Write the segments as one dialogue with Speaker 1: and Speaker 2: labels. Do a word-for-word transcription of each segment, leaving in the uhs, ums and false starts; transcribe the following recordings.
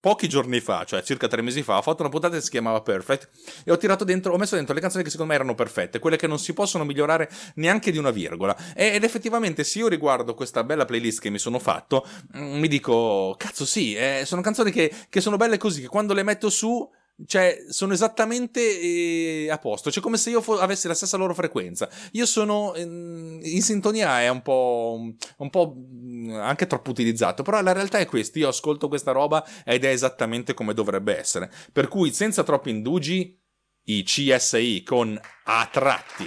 Speaker 1: pochi giorni fa, cioè circa tre mesi fa, ho fatto una puntata che si chiamava Perfect e ho tirato dentro, ho messo dentro le canzoni che secondo me erano perfette, quelle che non si possono migliorare neanche di una virgola. E, ed effettivamente, se io riguardo questa bella playlist che mi sono fatto, mh, mi dico, cazzo sì, eh, sono canzoni che, che sono belle così, che quando le metto su, cioè, sono esattamente eh, a posto, cioè come se io fo- avessi la stessa loro frequenza. Io sono in, in sintonia, è un po', un po' anche troppo utilizzato, però la realtà è questa, io ascolto questa roba ed è esattamente come dovrebbe essere. Per cui, senza troppi indugi, i C S I con A tratti.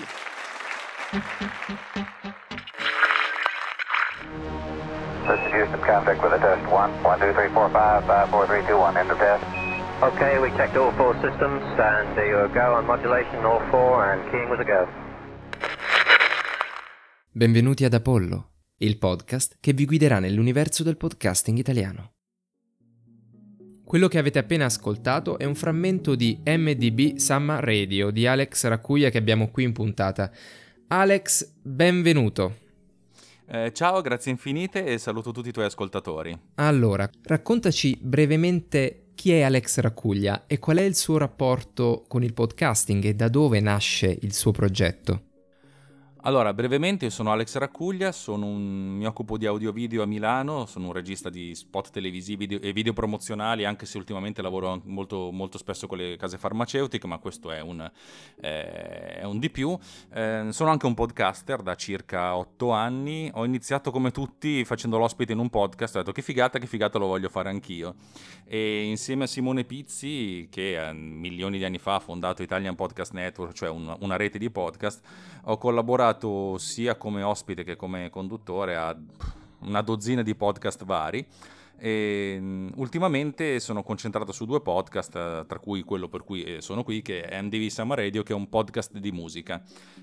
Speaker 2: This is Houston, contact with a test one, one, two, three, four, five, five, four, three, two, one, end of test.
Speaker 3: Okay, we checked all four systems, and there you go on modulation, all four, and keying was a go.
Speaker 4: Benvenuti ad Apollo, il podcast che vi guiderà nell'universo del podcasting italiano. Quello che avete appena ascoltato è un frammento di M D B Summer Radio di Alex Raccuglia che abbiamo qui in puntata. Alex, benvenuto.
Speaker 1: Eh, ciao, grazie infinite e saluto tutti i tuoi ascoltatori.
Speaker 4: Allora, raccontaci brevemente chi è Alex Raccuglia e qual è il suo rapporto con il podcasting e da dove nasce il suo progetto.
Speaker 1: Allora, brevemente, io sono Alex Raccuglia, sono un... mi occupo di audio-video a Milano, sono un regista di spot televisivi e video promozionali, anche se ultimamente lavoro molto, molto spesso con le case farmaceutiche, ma questo è un, eh, è un di più. Eh, sono anche un podcaster da circa otto anni, ho iniziato come tutti facendo l'ospite in un podcast, ho detto che figata, che figata, lo voglio fare anch'io. E insieme a Simone Pizzi, che eh, milioni di anni fa ha fondato Italian Podcast Network, cioè un, una rete di podcast, ho collaborato sia come ospite che come conduttore a una dozzina di podcast vari e ultimamente sono concentrato su due podcast, tra cui quello per cui sono qui, che è M D B Summer Radio, che è un podcast di musica.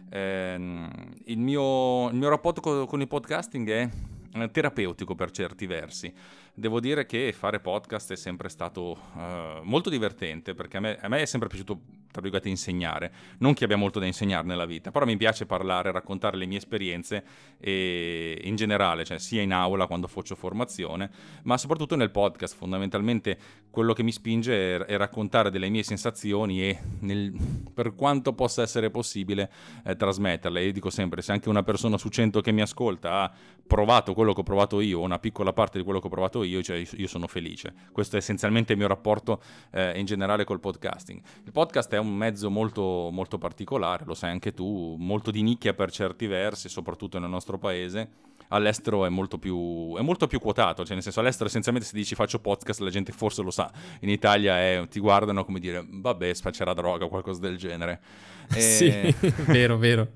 Speaker 1: Eh, il, mio, il mio rapporto con il podcasting è terapeutico per certi versi. Devo dire che fare podcast è sempre stato uh, molto divertente, perché a me, a me è sempre piaciuto, tra virgolette, insegnare. Non che abbia molto da insegnare nella vita, però mi piace parlare, raccontare le mie esperienze e in generale, cioè sia in aula quando faccio formazione, ma soprattutto nel podcast. Fondamentalmente quello che mi spinge è, è raccontare delle mie sensazioni e nel, per quanto possa essere possibile eh, trasmetterle. Io dico sempre, se anche una persona su cento che mi ascolta ha provato quello che ho provato io, una piccola parte di quello che ho provato io, cioè io sono felice. Questo è essenzialmente il mio rapporto eh, in generale col podcasting. Il podcast è un mezzo molto, molto particolare, lo sai anche tu, molto di nicchia per certi versi, soprattutto nel nostro paese. All'estero è molto più è molto più quotato, cioè nel senso, all'estero essenzialmente se dici faccio podcast la gente forse lo sa, in Italia è, ti guardano come dire vabbè, spaccerà droga o qualcosa del genere. E...
Speaker 4: Sì, vero, vero.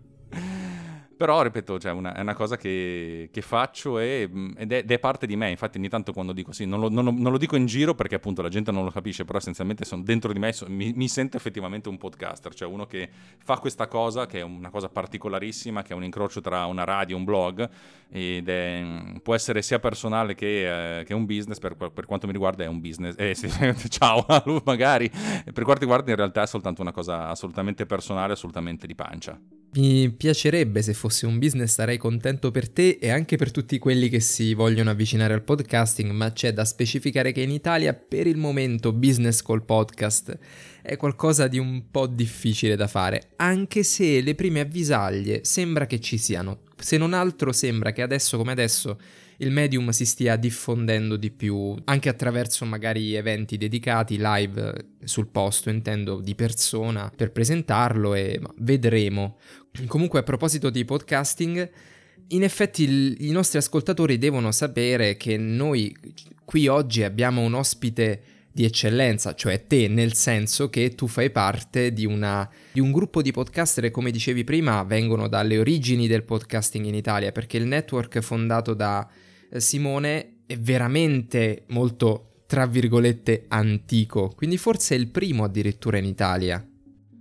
Speaker 1: Però, ripeto, cioè una, è una cosa che, che faccio e, ed, è, ed è parte di me. Infatti ogni tanto quando dico sì, non lo, non, non lo dico in giro perché appunto la gente non lo capisce, però essenzialmente sono, dentro di me so, mi, mi sento effettivamente un podcaster, cioè uno che fa questa cosa, che è una cosa particolarissima, che è un incrocio tra una radio e un blog, ed è, può essere sia personale che, eh, che un business. Per, per quanto mi riguarda è un business, eh, sì, ciao, magari, per quanto riguarda in realtà è soltanto una cosa assolutamente personale, assolutamente di pancia.
Speaker 4: Mi piacerebbe se fosse un business, sarei contento per te e anche per tutti quelli che si vogliono avvicinare al podcasting, ma c'è da specificare che in Italia per il momento business col podcast è qualcosa di un po' difficile da fare, anche se le prime avvisaglie sembra che ci siano. Se non altro sembra che adesso come adesso il medium si stia diffondendo di più, anche attraverso magari eventi dedicati, live sul posto, intendo di persona, per presentarlo e vedremo. Comunque, a proposito di podcasting, in effetti il, i nostri ascoltatori devono sapere che noi qui oggi abbiamo un ospite di eccellenza, cioè te, nel senso che tu fai parte di, una, di un gruppo di podcaster e, come dicevi prima, vengono dalle origini del podcasting in Italia, perché il network fondato da Simone è veramente molto, tra virgolette, antico, quindi forse è il primo addirittura in Italia.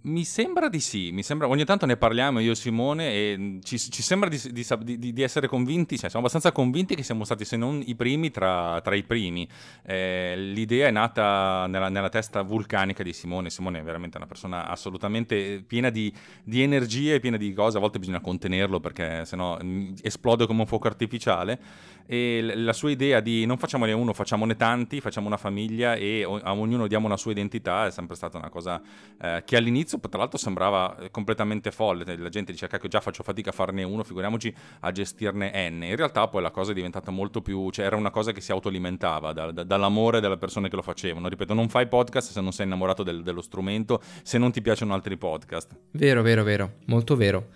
Speaker 1: Mi sembra di sì, mi sembra, ogni tanto ne parliamo io e Simone e ci, ci sembra di, di, di, di essere convinti, cioè siamo abbastanza convinti che siamo stati se non i primi tra, tra i primi. Eh, l'idea è nata nella, nella testa vulcanica di Simone. Simone è veramente una persona assolutamente piena di, di energie, piena di cose, a volte bisogna contenerlo perché sennò esplode come un fuoco artificiale, e la sua idea di non facciamone uno, facciamone tanti, facciamo una famiglia e a ognuno diamo una sua identità è sempre stata una cosa eh, che all'inizio tra l'altro sembrava completamente folle. La gente dice cacchio, già faccio fatica a farne uno, figuriamoci a gestirne n. In realtà poi la cosa è diventata molto più, cioè era una cosa che si autoalimentava da, da, dall'amore delle persone che lo facevano. Ripeto, non fai podcast se non sei innamorato del, dello strumento, se non ti piacciono altri podcast.
Speaker 4: Vero, vero, vero, molto vero.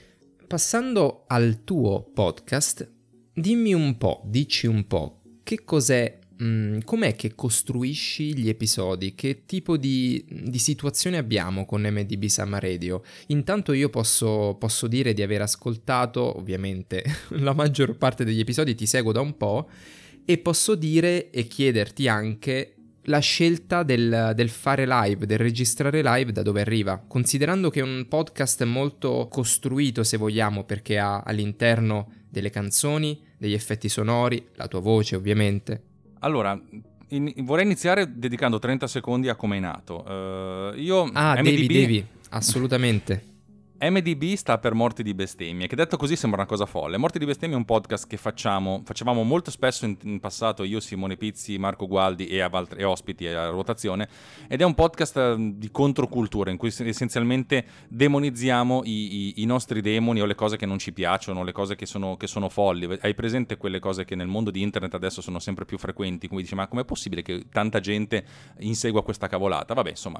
Speaker 4: Passando al tuo podcast, dimmi un po', dici un po', che cos'è, mh, com'è che costruisci gli episodi, che tipo di, di situazione abbiamo con M D B Summer Radio? Intanto io posso, posso dire di aver ascoltato, ovviamente, la maggior parte degli episodi, ti seguo da un po', e posso dire e chiederti anche la scelta del, del fare live, del registrare live, da dove arriva, considerando che è un podcast molto costruito, se vogliamo, perché ha all'interno delle canzoni, degli effetti sonori, la tua voce ovviamente.
Speaker 1: Allora, in, vorrei iniziare dedicando trenta secondi a come è nato. Uh, io
Speaker 4: Ah,
Speaker 1: M D B...
Speaker 4: devi, devi, assolutamente.
Speaker 1: M D B sta per Morti di bestemmie, che detto così sembra una cosa folle. Morti di bestemmie è un podcast che facciamo, facevamo molto spesso in, in passato, io, Simone Pizzi, Marco Gualdi e, altri, e ospiti a rotazione, ed è un podcast di controcultura in cui essenzialmente demonizziamo i, i, i nostri demoni o le cose che non ci piacciono, le cose che sono, che sono folli. Hai presente quelle cose che nel mondo di internet adesso sono sempre più frequenti, come dici, ma com'è possibile che tanta gente insegua questa cavolata? Vabbè, insomma,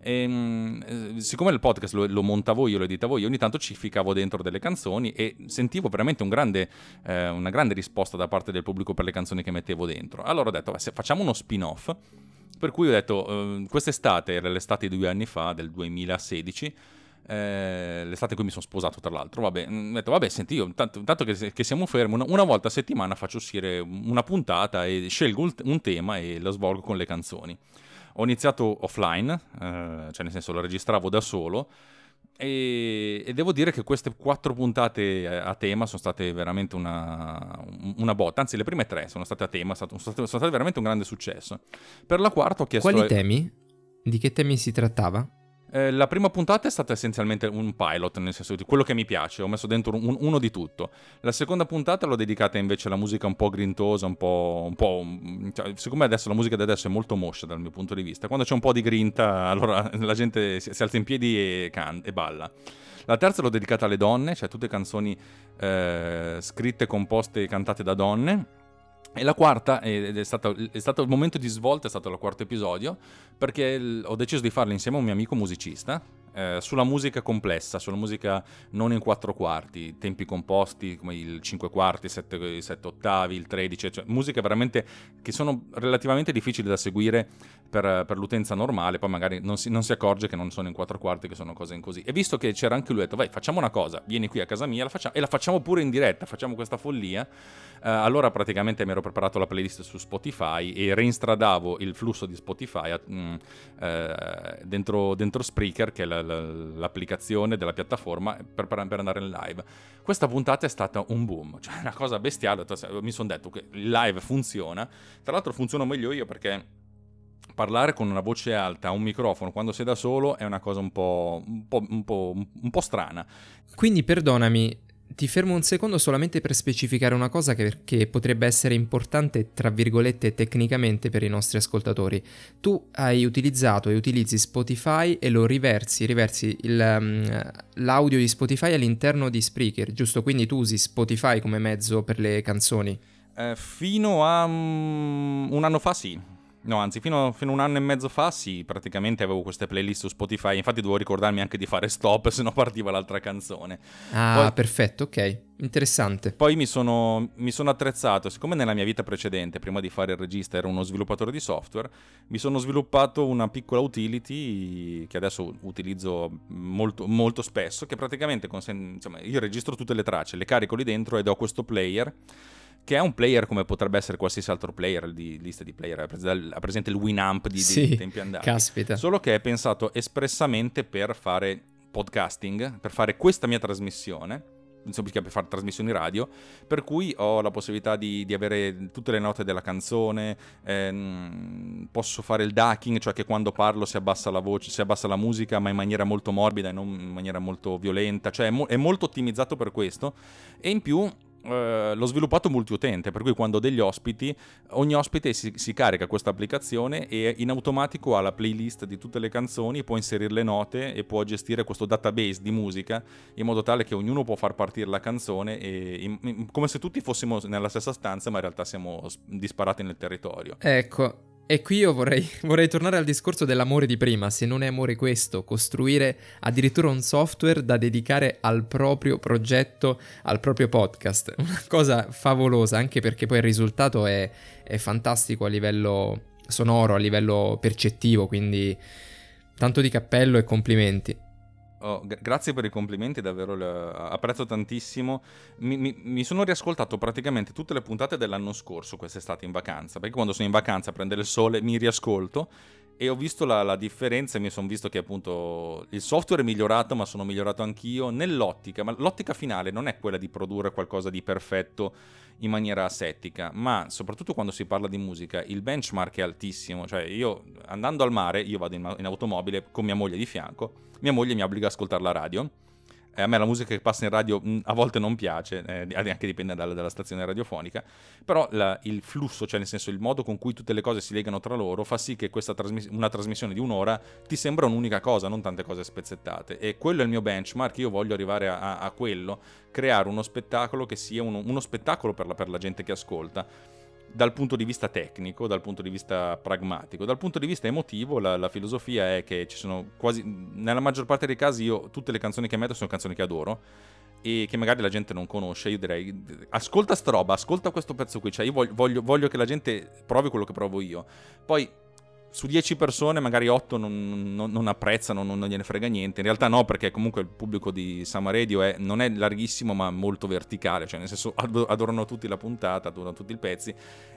Speaker 1: ehm, siccome il podcast lo, lo montavo io, lo editavo io, ogni tanto ci ficcavo dentro delle canzoni e sentivo veramente un grande, eh, una grande risposta da parte del pubblico per le canzoni che mettevo dentro. Allora ho detto, beh, se facciamo uno spin-off, per cui ho detto, eh, quest'estate, era l'estate di due anni fa, del duemilasedici, eh, l'estate in cui mi sono sposato tra l'altro, vabbè, ho detto, vabbè, senti, io tanto, tanto che, che siamo fermi, una, una volta a settimana faccio uscire una puntata e scelgo un, un tema e lo svolgo con le canzoni. Ho iniziato offline, eh, cioè nel senso lo registravo da solo, E, e devo dire che queste quattro puntate a tema sono state veramente una, una botta, anzi le prime tre sono state a tema, sono state, sono state veramente un grande successo. Per la quarta ho chiesto...
Speaker 4: Quali temi? Di che temi si trattava?
Speaker 1: Eh, la prima puntata è stata essenzialmente un pilot, nel senso di quello che mi piace, ho messo dentro un, uno di tutto. La seconda puntata l'ho dedicata invece alla musica un po' grintosa, un po'... Un po' cioè, siccome adesso la musica di adesso è molto moscia dal mio punto di vista, quando c'è un po' di grinta allora la gente si, si alza in piedi e, can- e balla. La terza l'ho dedicata alle donne, cioè tutte canzoni eh, scritte, composte e cantate da donne. E la quarta, ed è stato, è stato il momento di svolta, è stato il quarto episodio, perché ho deciso di farlo insieme a un mio amico musicista, eh, sulla musica complessa, sulla musica non in quattro quarti, tempi composti come il cinque quarti, sette, sette ottavi, il tredici, cioè musiche veramente che sono relativamente difficili da seguire per, per l'utenza normale, poi magari non si, non si accorge che non sono in quattro quarti, che sono cose in così. E visto che c'era anche lui, ho detto, vai, facciamo una cosa, vieni qui a casa mia la facciamo, e la facciamo pure in diretta, facciamo questa follia. Uh, allora praticamente mi ero preparato la playlist su Spotify e reinstradavo il flusso di Spotify uh, uh, dentro, dentro Spreaker, che è la, la, l'applicazione della piattaforma per, per andare in live. Questa puntata è stata un boom, cioè una cosa bestiale. Mi sono detto che il live funziona, tra l'altro funziono meglio io perché parlare con una voce alta a un microfono quando sei da solo è una cosa un po', un po', un po', un po' strana.
Speaker 4: Quindi perdonami, ti fermo un secondo solamente per specificare una cosa che, che potrebbe essere importante, tra virgolette, tecnicamente per i nostri ascoltatori. Tu hai utilizzato e utilizzi Spotify e lo riversi, riversi il, um, l'audio di Spotify all'interno di Spreaker, giusto? Quindi tu usi Spotify come mezzo per le canzoni?
Speaker 1: Eh, fino a um, un anno fa sì. No, anzi, fino, fino a un anno e mezzo fa sì, praticamente avevo queste playlist su Spotify, infatti dovevo ricordarmi anche di fare stop, se no partiva l'altra canzone.
Speaker 4: Ah,
Speaker 1: poi,
Speaker 4: perfetto, ok, interessante.
Speaker 1: Poi mi sono, mi sono attrezzato, siccome nella mia vita precedente, prima di fare il regista, ero uno sviluppatore di software, mi sono sviluppato una piccola utility che adesso utilizzo molto, molto spesso, che praticamente, consente, insomma, io registro tutte le tracce, le carico lì dentro ed ho questo player che è un player come potrebbe essere qualsiasi altro player di lista di player, ha presente il Winamp di,
Speaker 4: sì,
Speaker 1: di tempi andati,
Speaker 4: caspita.
Speaker 1: Solo che è pensato espressamente per fare podcasting, per fare questa mia trasmissione, insomma, per fare trasmissioni radio, per cui ho la possibilità di, di avere tutte le note della canzone, ehm, posso fare il ducking, cioè che quando parlo si abbassa la voce, si abbassa la musica, ma in maniera molto morbida e non in maniera molto violenta, cioè è, mo- è molto ottimizzato per questo, e in più Uh, l'ho sviluppato multiutente, per cui quando ho degli ospiti, ogni ospite si, si carica questa applicazione e in automatico ha la playlist di tutte le canzoni, può inserire le note e può gestire questo database di musica in modo tale che ognuno può far partire la canzone e, in, in, come se tutti fossimo nella stessa stanza, ma in realtà siamo disparati nel territorio.
Speaker 4: Ecco. E qui io vorrei, vorrei tornare al discorso dell'amore di prima, se non è amore questo, costruire addirittura un software da dedicare al proprio progetto, al proprio podcast, una cosa favolosa, anche perché poi il risultato è, è fantastico a livello sonoro, a livello percettivo, quindi tanto di cappello e complimenti.
Speaker 1: Oh, g- grazie per i complimenti, davvero le, apprezzo tantissimo. Mi, mi, mi sono riascoltato praticamente tutte le puntate dell'anno scorso quest'estate in vacanza, perché quando sono in vacanza a prendere il sole mi riascolto e ho visto la, la differenza e mi sono visto che appunto il software è migliorato, ma sono migliorato anch'io nell'ottica, ma l'ottica finale non è quella di produrre qualcosa di perfetto in maniera asettica, ma soprattutto quando si parla di musica il benchmark è altissimo, cioè io andando al mare, io vado in, in automobile con mia moglie di fianco, mia moglie mi obbliga a ascoltare la radio. Eh, a me la musica che passa in radio mh, a volte non piace, eh, anche dipende dalla, dalla stazione radiofonica, però la, il flusso, cioè nel senso il modo con cui tutte le cose si legano tra loro, fa sì che questa trasmis- una trasmissione di un'ora ti sembra un'unica cosa, non tante cose spezzettate. E quello è il mio benchmark, io voglio arrivare a, a, a quello, creare uno spettacolo che sia uno, uno spettacolo per la, per la gente che ascolta. Dal punto di vista tecnico, dal punto di vista pragmatico, dal punto di vista emotivo, la, la filosofia è che ci sono quasi, nella maggior parte dei casi, io tutte le canzoni che metto sono canzoni che adoro e che magari la gente non conosce. Io direi, ascolta sta roba, ascolta questo pezzo qui, cioè io voglio, voglio, voglio che la gente provi quello che provo io. Poi su dieci persone magari otto non, non, non apprezzano, non, non gliene frega niente. In realtà no, perché comunque il pubblico di Summer Radio è, non è larghissimo ma molto verticale, cioè nel senso adorano tutti la puntata, adorano tutti i pezzi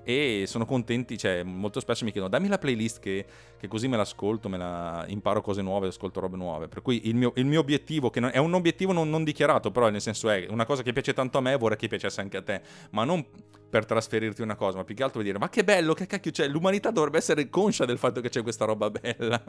Speaker 1: e sono contenti, cioè molto spesso mi chiedono dammi la playlist che, che così me l'ascolto, me la imparo cose nuove, ascolto robe nuove. Per cui il mio, il mio obiettivo, che non, è un obiettivo non, non dichiarato, però nel senso è una cosa che piace tanto a me, vorrei che piacesse anche a te, ma non per trasferirti una cosa, ma più che altro per dire ma che bello, che cacchio c'è, l'umanità dovrebbe essere conscia del fatto che c'è questa roba bella.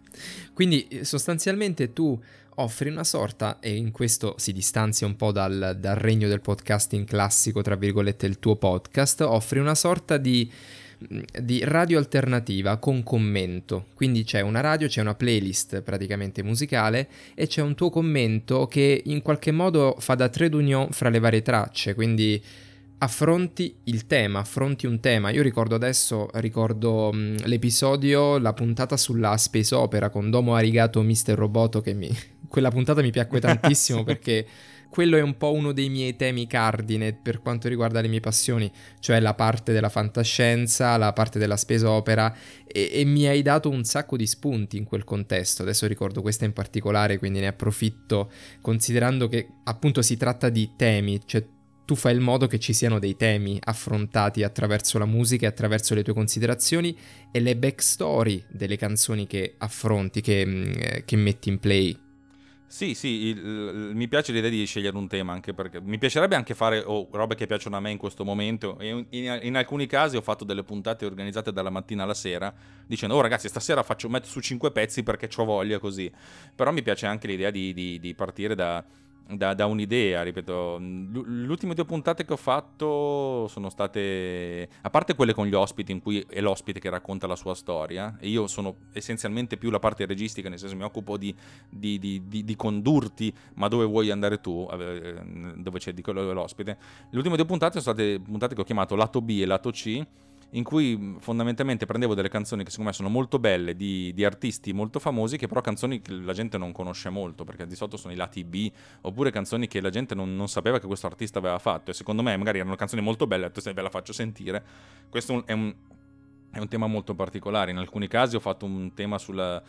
Speaker 4: Quindi sostanzialmente tu offri una sorta, e in questo si distanzia un po' dal, dal regno del podcasting classico, tra virgolette il tuo podcast, offri una sorta di, di radio alternativa con commento, quindi c'è una radio, c'è una playlist praticamente musicale e c'è un tuo commento che in qualche modo fa da trade union fra le varie tracce, quindi affronti il tema, affronti un tema. Io ricordo adesso, ricordo mh, l'episodio, la puntata sulla space opera con Domo Arigato mister Roboto, che mi... quella puntata mi piacque tantissimo perché quello è un po' uno dei miei temi cardine per quanto riguarda le mie passioni, cioè la parte della fantascienza, la parte della space opera, e, e mi hai dato un sacco di spunti in quel contesto. Adesso ricordo questa in particolare, quindi ne approfitto, considerando che appunto si tratta di temi, cioè tu fai il modo che ci siano dei temi affrontati attraverso la musica e attraverso le tue considerazioni e le backstory delle canzoni che affronti, che, che metti in play.
Speaker 1: Sì, sì, il, il, mi piace l'idea di scegliere un tema, anche perché mi piacerebbe anche fare oh, robe che piacciono a me in questo momento, e in, in alcuni casi ho fatto delle puntate organizzate dalla mattina alla sera dicendo oh ragazzi stasera faccio, metto su cinque pezzi perché c'ho voglia, così. Però mi piace anche l'idea di, di, di partire da, da, da un'idea, ripeto. Le ultime due puntate che ho fatto sono state, a parte quelle con gli ospiti in cui è l'ospite che racconta la sua storia e io sono essenzialmente più la parte registica, nel senso mi occupo di, di, di, di, di condurti, ma dove vuoi andare tu, dove c'è di quello l'ospite. Le ultime due puntate sono state puntate che ho chiamato lato B e lato C, in cui fondamentalmente prendevo delle canzoni che secondo me sono molto belle, di, di artisti molto famosi, che però canzoni che la gente non conosce molto, perché di solito sono i lati B, oppure canzoni che la gente non, non sapeva che questo artista aveva fatto, e secondo me magari erano canzoni molto belle, e ve la faccio sentire. Questo è un, è un tema molto particolare. In alcuni casi ho fatto un tema sulla,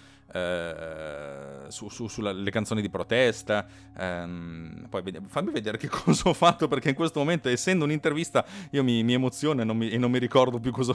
Speaker 1: eh, su, su, sulle canzoni di protesta. Ehm, poi vedi, fammi vedere che cosa ho fatto, perché in questo momento, essendo un'intervista, io mi, mi emoziono e non mi, e non mi ricordo più cosa.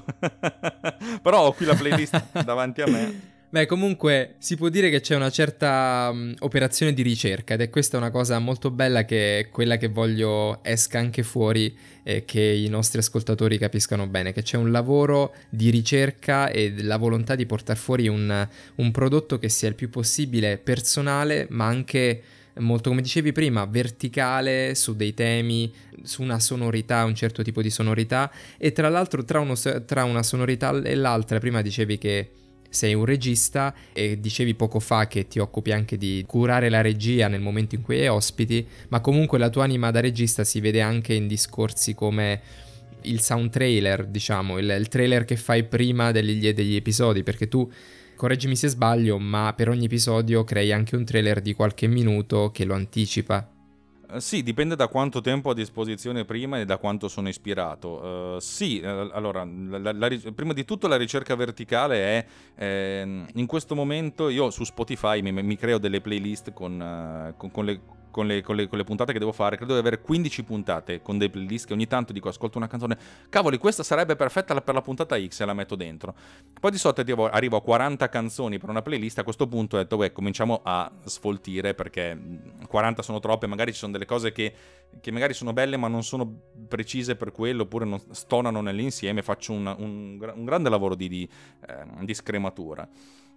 Speaker 1: Però ho qui la playlist davanti a me.
Speaker 4: Beh, comunque si può dire che c'è una certa um, operazione di ricerca, ed è questa una cosa molto bella, che è quella che voglio esca anche fuori e che i nostri ascoltatori capiscano bene, che c'è un lavoro di ricerca e la volontà di portare fuori un, un prodotto che sia il più possibile personale, ma anche molto, come dicevi prima, verticale, su dei temi, su una sonorità, un certo tipo di sonorità. E tra l'altro tra, uno, tra una sonorità e l'altra, prima dicevi che sei un regista e dicevi poco fa che ti occupi anche di curare la regia nel momento in cui hai ospiti, ma comunque la tua anima da regista si vede anche in discorsi come il sound trailer, diciamo, il, il trailer che fai prima degli, degli episodi, perché tu, correggimi se sbaglio, ma per ogni episodio crei anche un trailer di qualche minuto che lo anticipa.
Speaker 1: Uh, sì, dipende da quanto tempo ho a disposizione prima e da quanto sono ispirato. Uh, sì, uh, allora, la, la, la, prima di tutto la ricerca verticale è, eh, in questo momento io su Spotify mi, mi creo delle playlist con, uh, con, con le... Con le, con, le, con le puntate che devo fare, credo di avere quindici puntate con dei playlist che ogni tanto dico, ascolto una canzone, cavoli, questa sarebbe perfetta per la puntata X, e la metto dentro. Poi di solito arrivo a quaranta canzoni per una playlist. A questo punto ho detto, beh, cominciamo a sfoltire, perché quaranta sono troppe, magari ci sono delle cose che, che magari sono belle ma non sono precise per quello, oppure non stonano nell'insieme. Faccio una, un, un grande lavoro di, di, eh, di scrematura.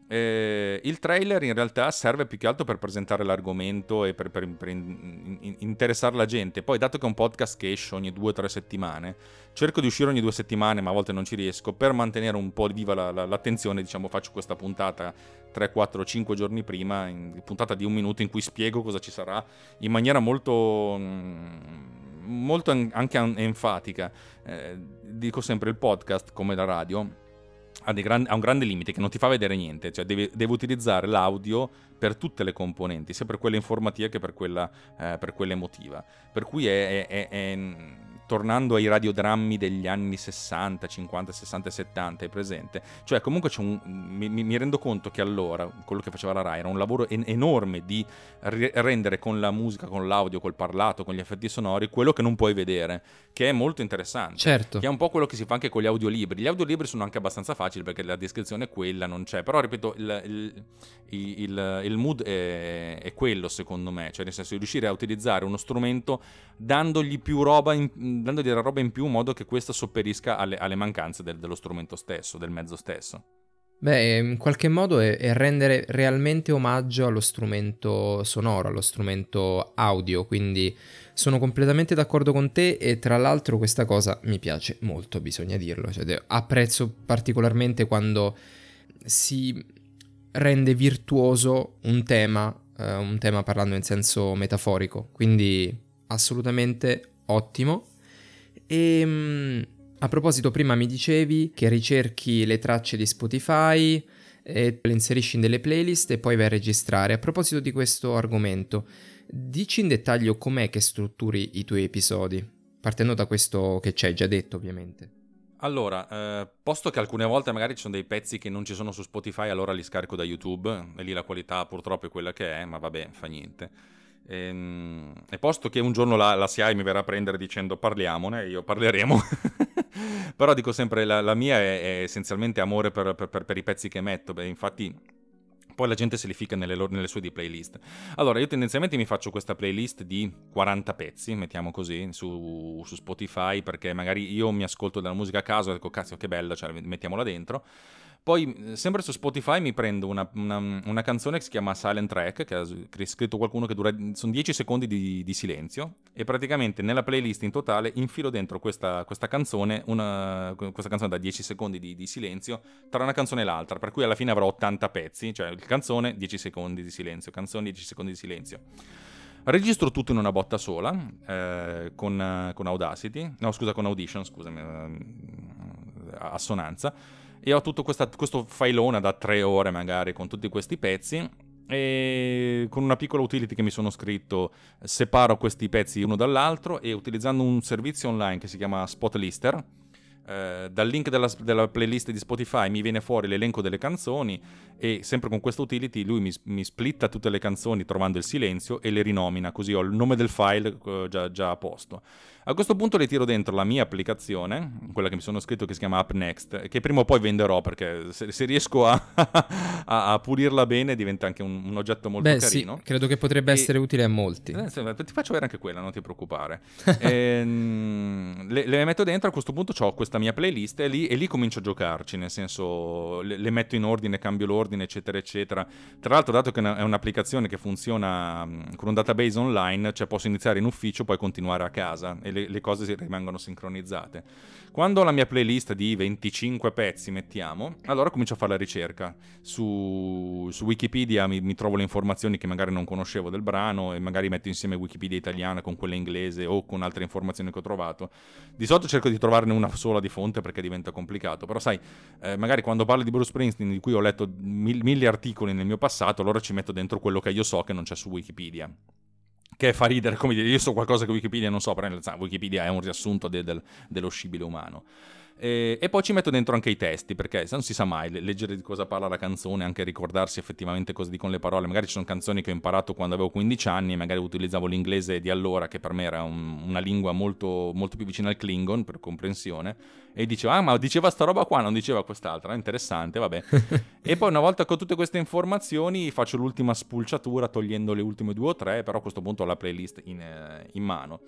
Speaker 1: Eh, il trailer in realtà serve più che altro per presentare l'argomento e per, per, per in, in, interessare la gente. Poi, dato che è un podcast che esce ogni due o tre settimane, cerco di uscire ogni due settimane, ma a volte non ci riesco. Per mantenere un po' viva la, la, l'attenzione, diciamo, faccio questa puntata tre, quattro, cinque giorni prima, in, puntata di un minuto in cui spiego cosa ci sarà in maniera molto, molto anche enfatica. Eh, dico sempre, il podcast, come la radio, Ha, grandi, ha un grande limite, che non ti fa vedere niente, cioè deve, deve utilizzare l'audio per tutte le componenti, sia per quella informativa che per quella, eh, per quella emotiva. Per cui è, è, è, è tornando ai radiodrammi degli anni sessanta, cinquanta, sessanta e settanta, è presente? Cioè comunque c'è un, mi, mi rendo conto che allora quello che faceva la Rai era un lavoro en- enorme di re- rendere con la musica, con l'audio, col parlato, con gli effetti sonori, quello che non puoi vedere, che è molto interessante.
Speaker 4: Certo.
Speaker 1: Che è un po' quello che si fa anche con gli audiolibri. Gli audiolibri sono anche abbastanza facili perché la descrizione è quella, non c'è. Però ripeto, il, il, il, il mood è, è quello, secondo me, cioè nel senso di riuscire a utilizzare uno strumento dandogli più roba in, dandogli della roba in più, in modo che questa sopperisca alle, alle mancanze del, dello strumento stesso, del mezzo stesso.
Speaker 4: Beh, in qualche modo è, è rendere realmente omaggio allo strumento sonoro, allo strumento audio, quindi sono completamente d'accordo con te. E tra l'altro questa cosa mi piace molto, bisogna dirlo, cioè, apprezzo particolarmente quando si rende virtuoso un tema, eh, un tema parlando in senso metaforico, quindi assolutamente ottimo. E mh, a proposito, prima mi dicevi che ricerchi le tracce di Spotify e le inserisci in delle playlist e poi vai a registrare. A proposito di questo argomento, dici in dettaglio com'è che strutturi i tuoi episodi, partendo da questo che ci hai già detto, ovviamente.
Speaker 1: Allora, eh, posto che alcune volte magari ci sono dei pezzi che non ci sono su Spotify, allora li scarico da YouTube, e lì la qualità purtroppo è quella che è, ma vabbè, fa niente. E, e posto che un giorno la, la S I A E mi verrà a prendere dicendo parliamone, io parleremo. Però dico sempre, la, la mia è, è essenzialmente amore per, per, per, per i pezzi che metto. Beh, infatti poi la gente se li fica nelle, loro, nelle sue di playlist. Allora, io tendenzialmente mi faccio questa playlist di quaranta pezzi, mettiamo così, su, su Spotify, perché magari io mi ascolto della musica a caso e dico, cazzo che bella, cioè mettiamola dentro. Poi, sempre su Spotify, mi prendo una, una, una canzone che si chiama Silent Track, che ha scritto qualcuno, che dura, sono dieci secondi di, di silenzio, e praticamente nella playlist in totale infilo dentro questa, questa canzone, una, questa canzone da dieci secondi di, di silenzio, tra una canzone e l'altra, per cui alla fine avrò ottanta pezzi, cioè canzone, dieci secondi di silenzio, canzone, dieci secondi di silenzio. Registro tutto in una botta sola, eh, con, con Audacity, no scusa, con Audition, scusami, eh, assonanza, e ho tutto questa, questo filone da tre ore magari con tutti questi pezzi, e con una piccola utility che mi sono scritto separo questi pezzi uno dall'altro, e utilizzando un servizio online che si chiama Spotlister eh, dal link della, della playlist di Spotify mi viene fuori l'elenco delle canzoni e sempre con questa utility lui mi, mi splitta tutte le canzoni trovando il silenzio e le rinomina, così ho il nome del file eh, già, già a posto. A questo punto le tiro dentro la mia applicazione, quella che mi sono scritto che si chiama Up Next, che prima o poi venderò perché se, se riesco a, a, a pulirla bene diventa anche un, un oggetto molto
Speaker 4: Beh,
Speaker 1: carino.
Speaker 4: Sì, credo che potrebbe
Speaker 1: e,
Speaker 4: essere utile a molti.
Speaker 1: Eh, ti faccio vedere anche quella, non ti preoccupare. e, le, le metto dentro, a questo punto ho questa mia playlist e lì, e lì comincio a giocarci, nel senso le, le metto in ordine, cambio l'ordine, eccetera, eccetera. Tra l'altro, dato che è un'applicazione che funziona con un database online, cioè posso iniziare in ufficio, poi continuare a casa e le, le cose si rimangono sincronizzate. Quando ho la mia playlist di venticinque pezzi, mettiamo, allora comincio a fare la ricerca. Su, su Wikipedia mi, mi trovo le informazioni che magari non conoscevo del brano e magari metto insieme Wikipedia italiana con quella inglese o con altre informazioni che ho trovato. Di solito cerco di trovarne una sola di fonte perché diventa complicato, però sai, eh, magari quando parlo di Bruce Springsteen, di cui ho letto mil, mille articoli nel mio passato, allora ci metto dentro quello che io so che non c'è su Wikipedia. Che fa ridere, come dire, io so qualcosa che Wikipedia non so, però in realtà Wikipedia è un riassunto de, del, dello scibile umano. E, e poi ci metto dentro anche i testi, perché non si sa mai, leggere di cosa parla la canzone, anche ricordarsi effettivamente cosa dicono le parole. Magari ci sono canzoni che ho imparato quando avevo quindici anni e magari utilizzavo l'inglese di allora, che per me era un, una lingua molto, molto più vicina al Klingon, per comprensione, e dicevo, ah ma diceva sta roba qua, non diceva quest'altra, interessante, vabbè. E poi una volta con tutte queste informazioni faccio l'ultima spulciatura togliendo le ultime due o tre, però a questo punto ho la playlist in, in mano.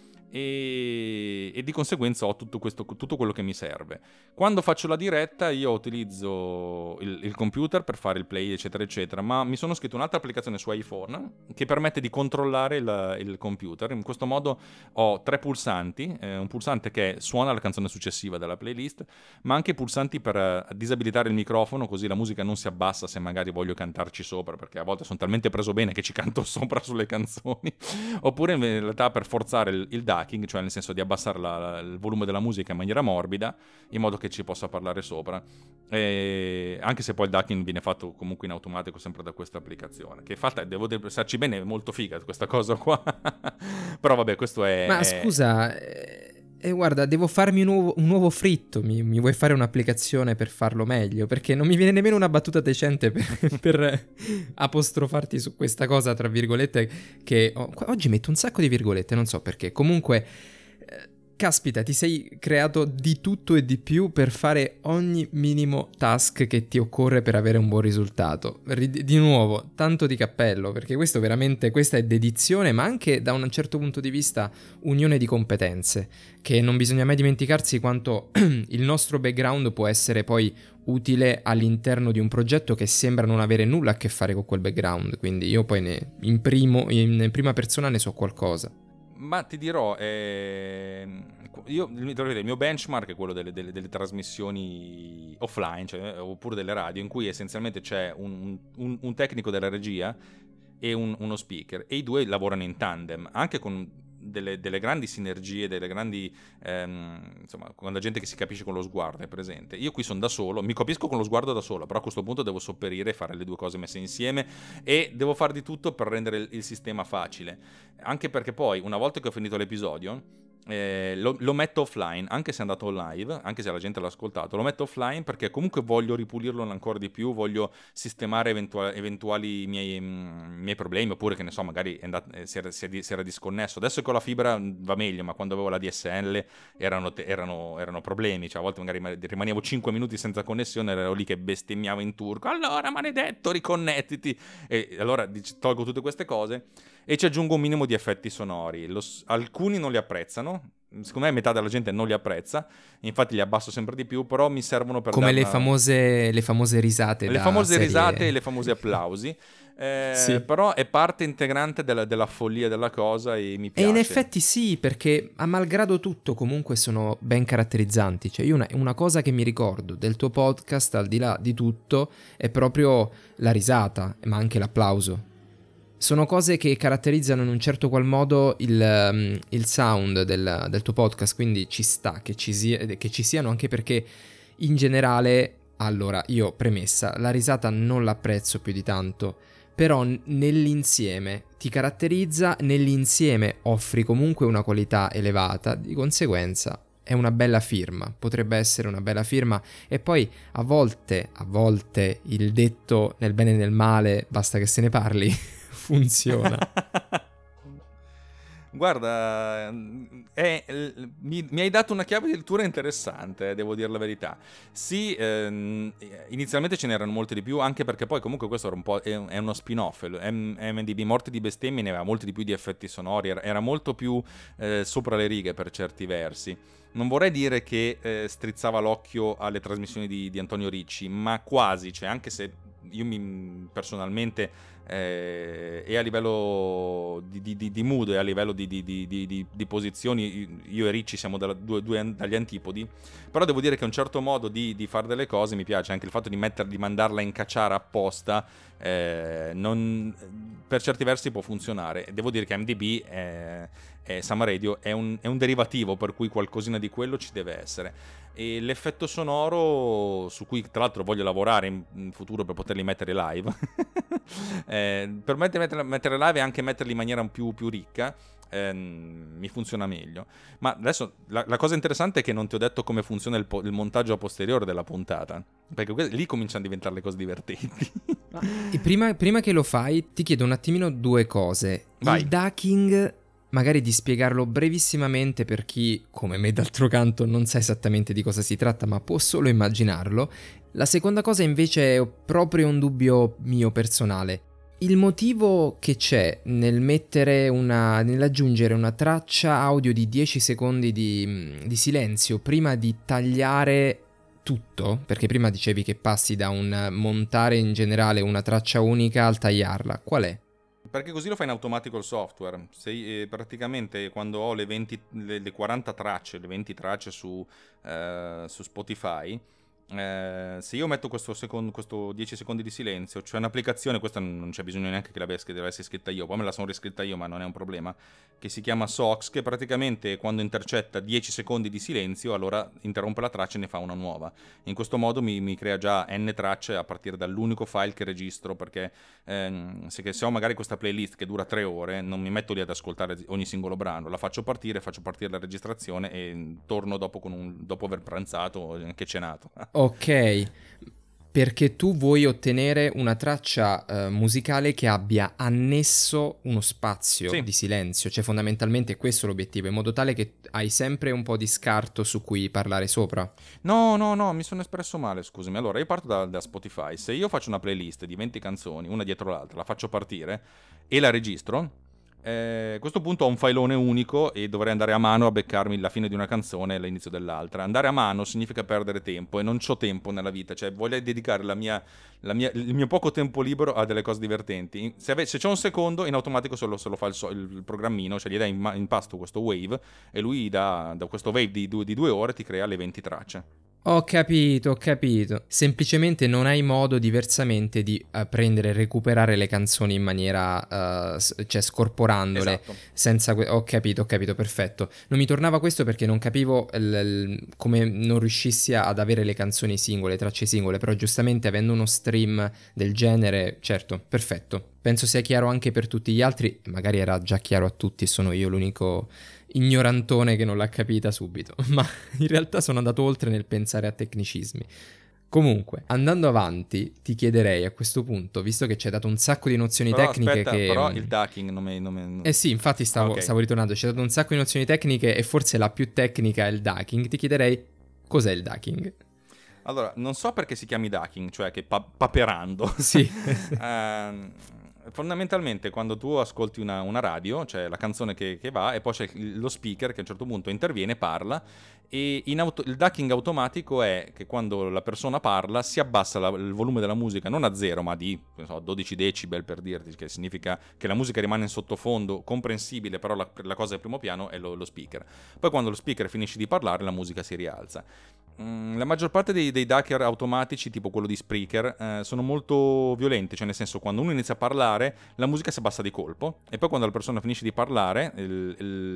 Speaker 1: E, e di conseguenza ho tutto, questo, tutto quello che mi serve. Quando faccio la diretta io utilizzo il, il computer per fare il play eccetera eccetera, ma mi sono scritto un'altra applicazione su iPhone che permette di controllare il, il computer. In questo modo ho tre pulsanti, eh, un pulsante che suona la canzone successiva della playlist, ma anche pulsanti per uh, disabilitare il microfono, così la musica non si abbassa se magari voglio cantarci sopra, perché a volte sono talmente preso bene che ci canto sopra sulle canzoni, oppure in realtà per forzare il, il ducking, cioè nel senso di abbassare la, la, il volume della musica in maniera morbida in modo che ci possa parlare sopra, e anche se poi il ducking viene fatto comunque in automatico sempre da questa applicazione, che fatta, devo pensarci bene, è molto figa questa cosa qua. Però vabbè, questo è...
Speaker 4: Ma
Speaker 1: è...
Speaker 4: scusa, e eh, guarda, devo farmi un nuovo, un nuovo fritto, mi, mi vuoi fare un'applicazione per farlo meglio? Perché non mi viene nemmeno una battuta decente per, per apostrofarti su questa cosa, tra virgolette, che oh, oggi metto un sacco di virgolette, non so perché. Comunque, eh, caspita, ti sei creato di tutto e di più per fare ogni minimo task che ti occorre per avere un buon risultato. Rid- di nuovo, tanto di cappello, perché questo veramente, questa è dedizione, ma anche da un certo punto di vista unione di competenze, che non bisogna mai dimenticarsi quanto il nostro background può essere poi utile all'interno di un progetto che sembra non avere nulla a che fare con quel background. Quindi io poi ne, in, primo, in prima persona ne so qualcosa.
Speaker 1: Ma ti dirò, eh, io, il mio benchmark è quello delle, delle, delle trasmissioni offline, cioè, oppure delle radio, in cui essenzialmente c'è un, un, un tecnico della regia e un, uno speaker, e i due lavorano in tandem, anche con delle, delle grandi sinergie, delle grandi, ehm, insomma, con la gente che si capisce con lo sguardo è presente. Io qui sono da solo, mi capisco con lo sguardo da solo, però a questo punto devo sopperire e fare le due cose messe insieme, e devo fare di tutto per rendere il, il sistema facile, anche perché poi una volta che ho finito l'episodio Eh, lo, lo metto offline, anche se è andato live, anche se la gente l'ha ascoltato, lo metto offline perché comunque voglio ripulirlo ancora di più, voglio sistemare eventuali, eventuali miei, mh, miei problemi, oppure che ne so, magari è andato, eh, si, era, si, era, si era disconnesso. Adesso con la fibra va meglio, ma quando avevo la D S L erano, erano, erano problemi, cioè a volte magari rimanevo cinque minuti senza connessione, ero lì che bestemmiavo in turco, allora maledetto riconnettiti, e allora tolgo tutte queste cose e ci aggiungo un minimo di effetti sonori. Lo, alcuni non li apprezzano, secondo me metà della gente non li apprezza, infatti li abbasso sempre di più, però mi servono per
Speaker 4: come le
Speaker 1: una...
Speaker 4: famose le famose risate,
Speaker 1: le
Speaker 4: da
Speaker 1: famose
Speaker 4: serie...
Speaker 1: risate e le famose applausi. Eh,
Speaker 4: sì.
Speaker 1: Però è parte integrante della, della follia della cosa e mi piace.
Speaker 4: E in effetti sì, perché a malgrado tutto comunque sono ben caratterizzanti. Cioè io una, una cosa che mi ricordo del tuo podcast, al di là di tutto, è proprio la risata, ma anche l'applauso. Sono cose che caratterizzano in un certo qual modo il, um, il sound del, del tuo podcast, quindi ci sta che ci, sia, che ci siano, anche perché in generale, allora, io premessa, la risata non l'apprezzo più di tanto, però nell'insieme ti caratterizza, nell'insieme offri comunque una qualità elevata, di conseguenza è una bella firma, potrebbe essere una bella firma. E poi a volte, a volte il detto nel bene e nel male, basta che se ne parli, funziona.
Speaker 1: Guarda, è, mi, mi hai dato una chiave di lettura interessante, devo dire la verità. Sì, ehm, inizialmente ce n'erano molte di più, anche perché poi comunque questo era un po' è, è uno spin-off. M- MDB Morte di bestemmie ne aveva molti di più di effetti sonori, era, era molto più eh, sopra le righe per certi versi. Non vorrei dire che eh, strizzava l'occhio alle trasmissioni di, di Antonio Ricci, ma quasi, cioè anche se io mi, personalmente eh, e a livello di, di, di, di mood e a livello di, di, di, di, di posizioni io e Ricci siamo dalla, due, due, dagli antipodi, però devo dire che un certo modo di, di fare delle cose mi piace, anche il fatto di, metter, di mandarla in cacciara apposta eh, non, per certi versi può funzionare. Devo dire che M D B è, è Summa Radio è un, è un derivativo, per cui qualcosina di quello ci deve essere. E l'effetto sonoro, su cui tra l'altro voglio lavorare in, in futuro per poterli mettere live, eh, per mettere, mettere live e anche metterli in maniera più, più ricca, eh, mi funziona meglio. Ma adesso la, la cosa interessante è che non ti ho detto come funziona il, po- il montaggio a posteriore della puntata, perché que- lì cominciano a diventare le cose divertenti.
Speaker 4: E prima, prima che lo fai ti chiedo un attimino due cose.
Speaker 1: Vai.
Speaker 4: Il ducking, magari di spiegarlo brevissimamente per chi, come me d'altro canto, non sa esattamente di cosa si tratta, ma può solo immaginarlo. La seconda cosa invece è proprio un dubbio mio personale. Il motivo che c'è nel mettere una, nell'aggiungere una traccia audio di dieci secondi di, di silenzio prima di tagliare tutto, perché prima dicevi che passi da un montare in generale una traccia unica al tagliarla, qual è?
Speaker 1: Perché così lo fa in automatico il software. Se, eh, praticamente quando ho le, venti, le, le quaranta tracce, le venti tracce su, eh, su Spotify, eh, se io metto questo, secondo, questo dieci secondi di silenzio, cioè un'applicazione, questa non c'è bisogno neanche che l'avessi scritta io, poi me la sono riscritta io, ma non è un problema, che si chiama Sox, che praticamente quando intercetta dieci secondi di silenzio, allora interrompe la traccia e ne fa una nuova. In questo modo mi, mi crea già n tracce a partire dall'unico file che registro, perché ehm, se, se ho magari questa playlist che dura tre ore, non mi metto lì ad ascoltare ogni singolo brano, la faccio partire, faccio partire la registrazione e torno dopo, con un, dopo aver pranzato o anche cenato.
Speaker 4: Ok, perché tu vuoi ottenere una traccia uh, musicale che abbia annesso uno spazio
Speaker 1: Sì.
Speaker 4: di silenzio, cioè fondamentalmente questo è l'obiettivo, in modo tale che hai sempre un po' di scarto su cui parlare sopra.
Speaker 1: No, no, no, mi sono espresso male, scusami. Allora, io parto da, da Spotify. Se io faccio una playlist di venti canzoni, una dietro l'altra, la faccio partire e la registro, eh, a questo punto ho un filone unico e dovrei andare a mano a beccarmi la fine di una canzone e l'inizio dell'altra. Andare a mano significa perdere tempo e non c'ho tempo nella vita, cioè voglio dedicare la mia, la mia, il mio poco tempo libero a delle cose divertenti. Se, ave- se c'è un secondo, in automatico se lo, se lo fa il, so- il programmino, cioè gli dai in, ma- in pasto questo wave e lui da, da questo wave di due, di due ore ti crea le venti tracce.
Speaker 4: Ho capito, ho capito. Semplicemente non hai modo diversamente di uh, prendere e recuperare le canzoni in maniera, uh, s- cioè scorporandole.
Speaker 1: Esatto.
Speaker 4: Senza que- ho capito, ho capito, perfetto. Non mi tornava questo perché non capivo l- l- come non riuscissi a- ad avere le canzoni singole, tracce singole, però giustamente avendo uno stream del genere, certo, perfetto. Penso sia chiaro anche per tutti gli altri, magari era già chiaro a tutti e sono io l'unico ignorantone che non l'ha capita subito, ma in realtà sono andato oltre nel pensare a tecnicismi. Comunque, andando avanti, ti chiederei a questo punto, visto che ci hai dato un sacco di nozioni
Speaker 1: Però
Speaker 4: tecniche
Speaker 1: aspetta,
Speaker 4: che...
Speaker 1: però il ducking non mi... Non mi...
Speaker 4: Eh sì, infatti stavo,
Speaker 1: Ok.
Speaker 4: stavo ritornando, ci hai dato un sacco di nozioni tecniche e forse la più tecnica è il ducking. Ti chiederei cos'è il ducking?
Speaker 1: Allora, non so perché si chiami ducking, cioè che pa- paperando.
Speaker 4: Sì.
Speaker 1: Ehm, fondamentalmente quando tu ascolti una, una radio, c'è la canzone che, che va e poi c'è il- lo speaker che a un certo punto interviene, parla e in auto- il ducking automatico è che quando la persona parla si abbassa la- il volume della musica non a zero ma di non so, dodici decibel, per dirti, che significa che la musica rimane in sottofondo, comprensibile, però la, la cosa del primo piano è lo, lo speaker. Poi quando lo speaker finisce di parlare la musica si rialza. Mm, La maggior parte dei, dei ducker automatici, tipo quello di Spreaker, eh, sono molto violenti, cioè nel senso quando uno inizia a parlare la musica si abbassa di colpo e poi quando la persona finisce di parlare il,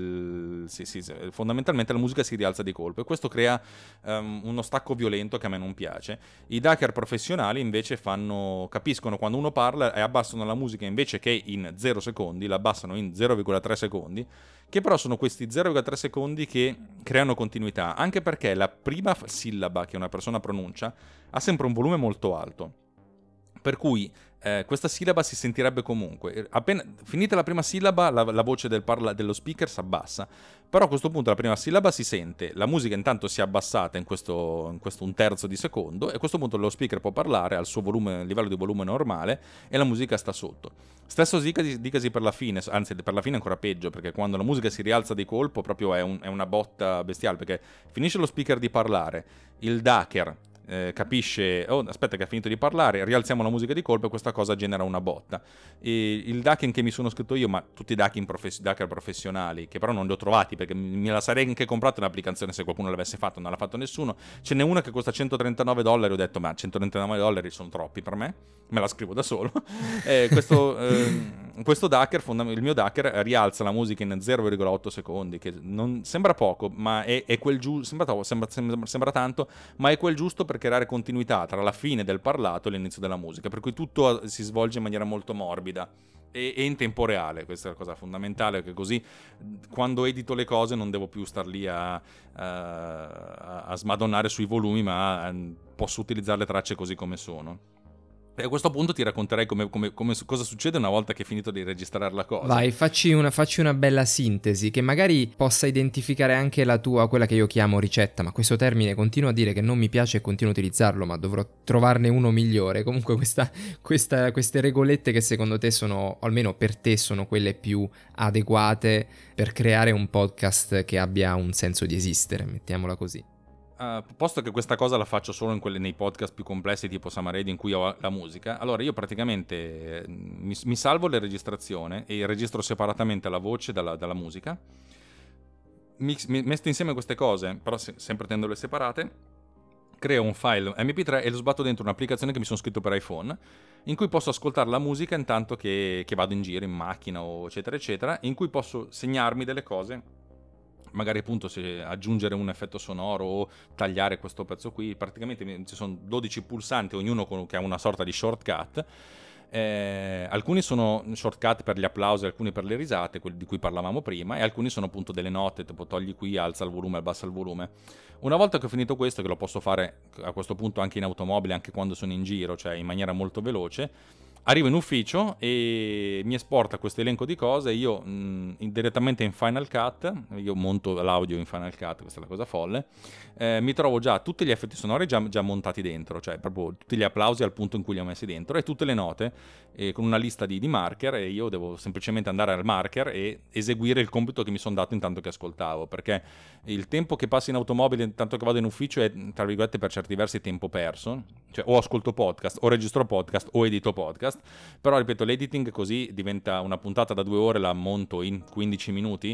Speaker 1: il, sì, sì, sì, fondamentalmente la musica si rialza di colpo e questo crea um, uno stacco violento che a me non piace. I ducker professionali invece fanno, capiscono quando uno parla e abbassano la musica invece che in zero secondi, la abbassano in zero virgola tre secondi, che però sono questi zero virgola tre secondi che creano continuità, anche perché la prima sillaba che una persona pronuncia ha sempre un volume molto alto, per cui eh, questa sillaba si sentirebbe comunque. Appena finita la prima sillaba la, la voce del parla, dello speaker si abbassa, però a questo punto la prima sillaba si sente, la musica intanto si è abbassata in questo, in questo un terzo di secondo, e a questo punto lo speaker può parlare al suo volume, livello di volume normale, e la musica sta sotto. Stesso dicasi, dicasi per la fine, anzi per la fine è ancora peggio, perché quando la musica si rialza di colpo proprio è, un, è una botta bestiale, perché finisce lo speaker di parlare, il daker Eh, capisce, oh aspetta che ha finito di parlare, rialziamo la musica di colpo, e questa cosa genera una botta. E il ducking che mi sono scritto io, ma tutti i ducking profes- ducker professionali, che però non li ho trovati, perché me la sarei anche comprata un'applicazione se qualcuno l'avesse fatto, non l'ha fatto nessuno. Ce n'è una che costa centotrentanove dollari, ho detto ma centotrentanove dollari sono troppi per me, me la scrivo da solo. eh, questo, eh, questo ducker, fondam- il mio ducker rialza la musica in zero virgola otto secondi, che non sembra poco, ma è, è quel giusto, sembra, sembra, sembra, sembra tanto, ma è quel giusto per creare continuità tra la fine del parlato e l'inizio della musica, per cui tutto si svolge in maniera molto morbida e, e in tempo reale. Questa è la cosa fondamentale, che così quando edito le cose non devo più star lì a, a, a smadonnare sui volumi, ma a, posso utilizzare le tracce così come sono. E a questo punto ti racconterei come, come, come, cosa succede una volta che hai finito di registrare la cosa.
Speaker 4: Vai, facci una, facci una bella sintesi che magari possa identificare anche la tua, quella che io chiamo ricetta, ma questo termine continuo a dire che non mi piace e continuo a utilizzarlo, ma dovrò trovarne uno migliore. Comunque questa, questa, queste regolette che secondo te sono, o almeno per te, sono quelle più adeguate per creare un podcast che abbia un senso di esistere, mettiamola così.
Speaker 1: Uh, posto che questa cosa la faccio solo in quelle, nei podcast più complessi tipo Samaredi, in cui ho la musica, allora io praticamente mi, mi salvo le registrazioni e registro separatamente la voce dalla, dalla musica, mi, mi metto insieme queste cose, però se, sempre tenendole separate, creo un file emme pi tre e lo sbatto dentro un'applicazione che mi sono scritto per iPhone, in cui posso ascoltare la musica intanto che, che vado in giro in macchina o eccetera eccetera, in cui posso segnarmi delle cose, magari appunto se aggiungere un effetto sonoro o tagliare questo pezzo qui. Praticamente ci sono dodici pulsanti, ognuno con, che ha una sorta di shortcut. Eh, alcuni sono shortcut per gli applausi, alcuni per le risate, quelli di cui parlavamo prima, e alcuni sono appunto delle note, tipo togli qui, alza il volume, abbassa il volume. Una volta che ho finito questo, che lo posso fare a questo punto anche in automobile, anche quando sono in giro, cioè in maniera molto veloce, arrivo in ufficio e mi esporta questo elenco di cose. Io mh, direttamente in Final Cut, io monto l'audio in Final Cut, questa è la cosa folle, eh, mi trovo già tutti gli effetti sonori già, già montati dentro, cioè proprio tutti gli applausi al punto in cui li ho messi dentro, e tutte le note eh, con una lista di, di marker, e io devo semplicemente andare al marker e eseguire il compito che mi sono dato intanto che ascoltavo, perché il tempo che passo in automobile intanto che vado in ufficio è, tra virgolette, per certi versi tempo perso, cioè o ascolto podcast, o registro podcast, o edito podcast. Però ripeto, l'editing così diventa una puntata da due ore, la monto in quindici minuti,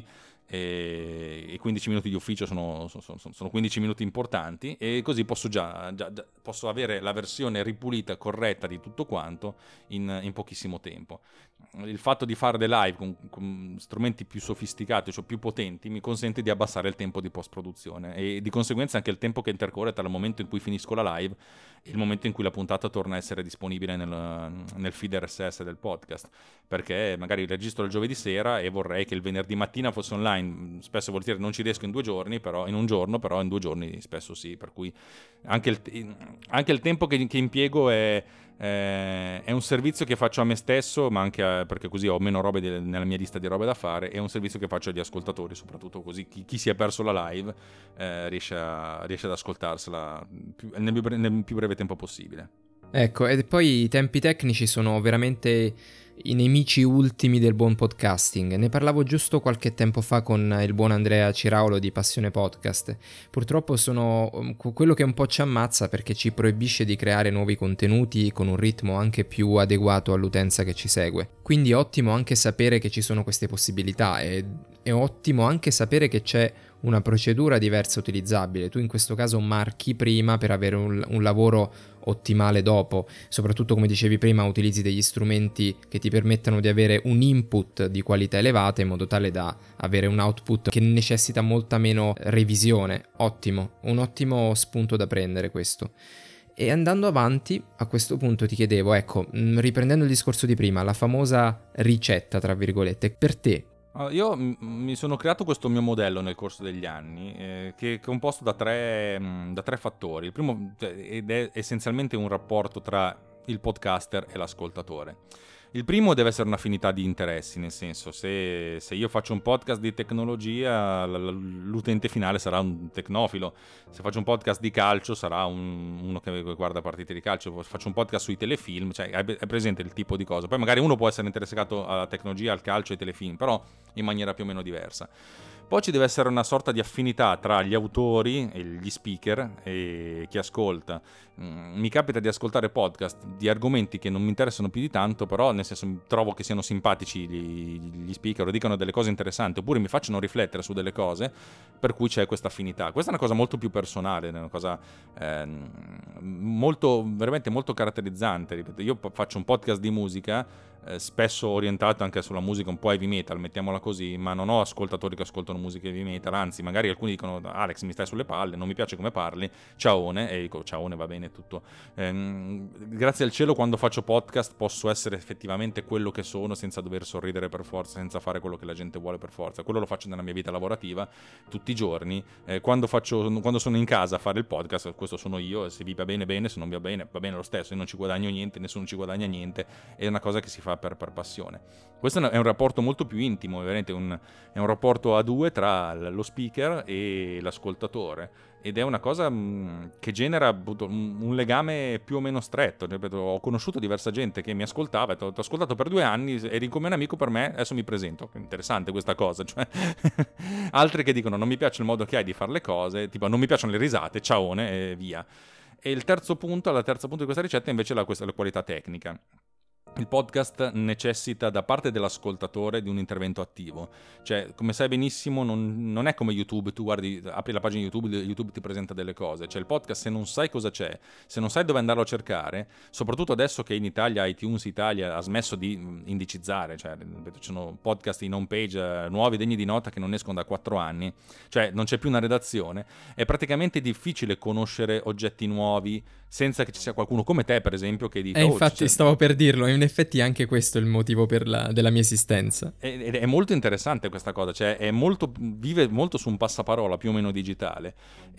Speaker 1: e i quindici minuti di ufficio sono, sono, sono quindici minuti importanti, e così posso già, già, già posso avere la versione ripulita, corretta di tutto quanto in, in pochissimo tempo. Il fatto di fare dei live con, con strumenti più sofisticati, cioè più potenti, mi consente di abbassare il tempo di post-produzione, e di conseguenza anche il tempo che intercorre tra il momento in cui finisco la live e il momento in cui la puntata torna a essere disponibile nel, nel feed erre esse esse del podcast, perché magari registro il giovedì sera e vorrei che il venerdì mattina fosse online. Spesso vuol dire non ci riesco in due giorni, però in un giorno, però in due giorni spesso sì, per cui anche il, anche il tempo che, che impiego è Eh, è un servizio che faccio a me stesso, ma anche a, perché così ho meno robe de, nella mia lista di robe da fare. È un servizio che faccio agli ascoltatori, soprattutto così chi, chi si è perso la live eh, riesce, a, riesce ad ascoltarsela più, nel, più breve, nel più breve tempo possibile.
Speaker 4: Ecco, e poi i tempi tecnici sono veramente i nemici ultimi del buon podcasting. Ne parlavo giusto qualche tempo fa con il buon Andrea Ciraulo di Passione Podcast. Purtroppo sono quello che un po' ci ammazza, perché ci proibisce di creare nuovi contenuti con un ritmo anche più adeguato all'utenza che ci segue. Quindi è ottimo anche sapere che ci sono queste possibilità, e è ottimo anche sapere che c'è una procedura diversa utilizzabile. Tu in questo caso marchi prima per avere un, un lavoro ottimale dopo. Soprattutto, come dicevi prima, utilizzi degli strumenti che ti permettano di avere un input di qualità elevata in modo tale da avere un output che necessita molta meno revisione. Ottimo, un ottimo spunto da prendere questo. E andando avanti, a questo punto ti chiedevo, ecco, riprendendo il discorso di prima, la famosa ricetta, tra virgolette, per te
Speaker 1: Allora, io m- mi sono creato questo mio modello nel corso degli anni, eh, che è composto da tre, mh, da tre fattori. Il primo, cioè, ed è essenzialmente un rapporto tra il podcaster e l'ascoltatore. Il primo deve essere un'affinità di interessi, nel senso, se, se io faccio un podcast di tecnologia, l- l'utente finale sarà un tecnofilo. Se faccio un podcast di calcio sarà un- uno che guarda partite di calcio. Faccio un podcast sui telefilm, cioè è presente il tipo di cosa. Poi magari uno può essere interessato alla tecnologia, al calcio e ai telefilm, però in maniera più o meno diversa. Poi ci deve essere una sorta di affinità tra gli autori e gli speaker e chi ascolta. Mi capita di ascoltare podcast di argomenti che non mi interessano più di tanto, però nel senso trovo che siano simpatici gli, gli speaker o dicano delle cose interessanti, oppure mi facciano riflettere su delle cose per cui c'è questa affinità. Questa è una cosa molto più personale, una cosa eh, molto, veramente molto caratterizzante. Ripeto, io faccio un podcast di musica, eh, spesso orientato anche sulla musica un po' heavy metal, mettiamola così, ma non ho ascoltatori che ascoltano musica heavy metal, anzi magari alcuni dicono Alex mi stai sulle palle, non mi piace come parli, ciaone, e dico ciaone, va bene tutto. Ehm, grazie al cielo quando faccio podcast posso essere effettivamente quello che sono senza dover sorridere per forza, senza fare quello che la gente vuole per forza. Quello lo faccio nella mia vita lavorativa tutti i giorni, eh, quando, faccio, quando sono in casa a fare il podcast, questo sono io, se vi va bene bene, se non vi va bene va bene lo stesso, io non ci guadagno niente, nessuno ci guadagna niente, è una cosa che si fa per, per passione. Questo è un rapporto molto più intimo, veramente un, è un rapporto a due tra lo speaker e l'ascoltatore, ed è una cosa mh, che genera un, un legame più o meno stretto. Ripeto, ho conosciuto diversa gente che mi ascoltava, ti ho ascoltato per due anni, eri come un amico per me, adesso mi presento. Interessante questa cosa, cioè altri che dicono non mi piace il modo che hai di fare le cose, tipo non mi piacciono le risate, ciaone e via. E il terzo punto, la terza punto di questa ricetta invece è la, questa, la qualità tecnica. Il podcast necessita da parte dell'ascoltatore di un intervento attivo, cioè come sai benissimo non, non è come YouTube, tu guardi, apri la pagina YouTube, YouTube ti presenta delle cose, cioè il podcast se non sai cosa c'è, se non sai dove andarlo a cercare, soprattutto adesso che in Italia iTunes Italia ha smesso di indicizzare, cioè ci sono podcast in home page nuovi, degni di nota che non escono da quattro anni, cioè non c'è più una redazione, è praticamente difficile conoscere oggetti nuovi senza che ci sia qualcuno come te per esempio che dica
Speaker 4: e
Speaker 1: oh,
Speaker 4: infatti
Speaker 1: c'è...
Speaker 4: stavo per dirlo, in effetti anche questo è il motivo per la, della mia esistenza.
Speaker 1: Ed è molto interessante questa cosa, cioè è molto, vive molto su un passaparola più o meno digitale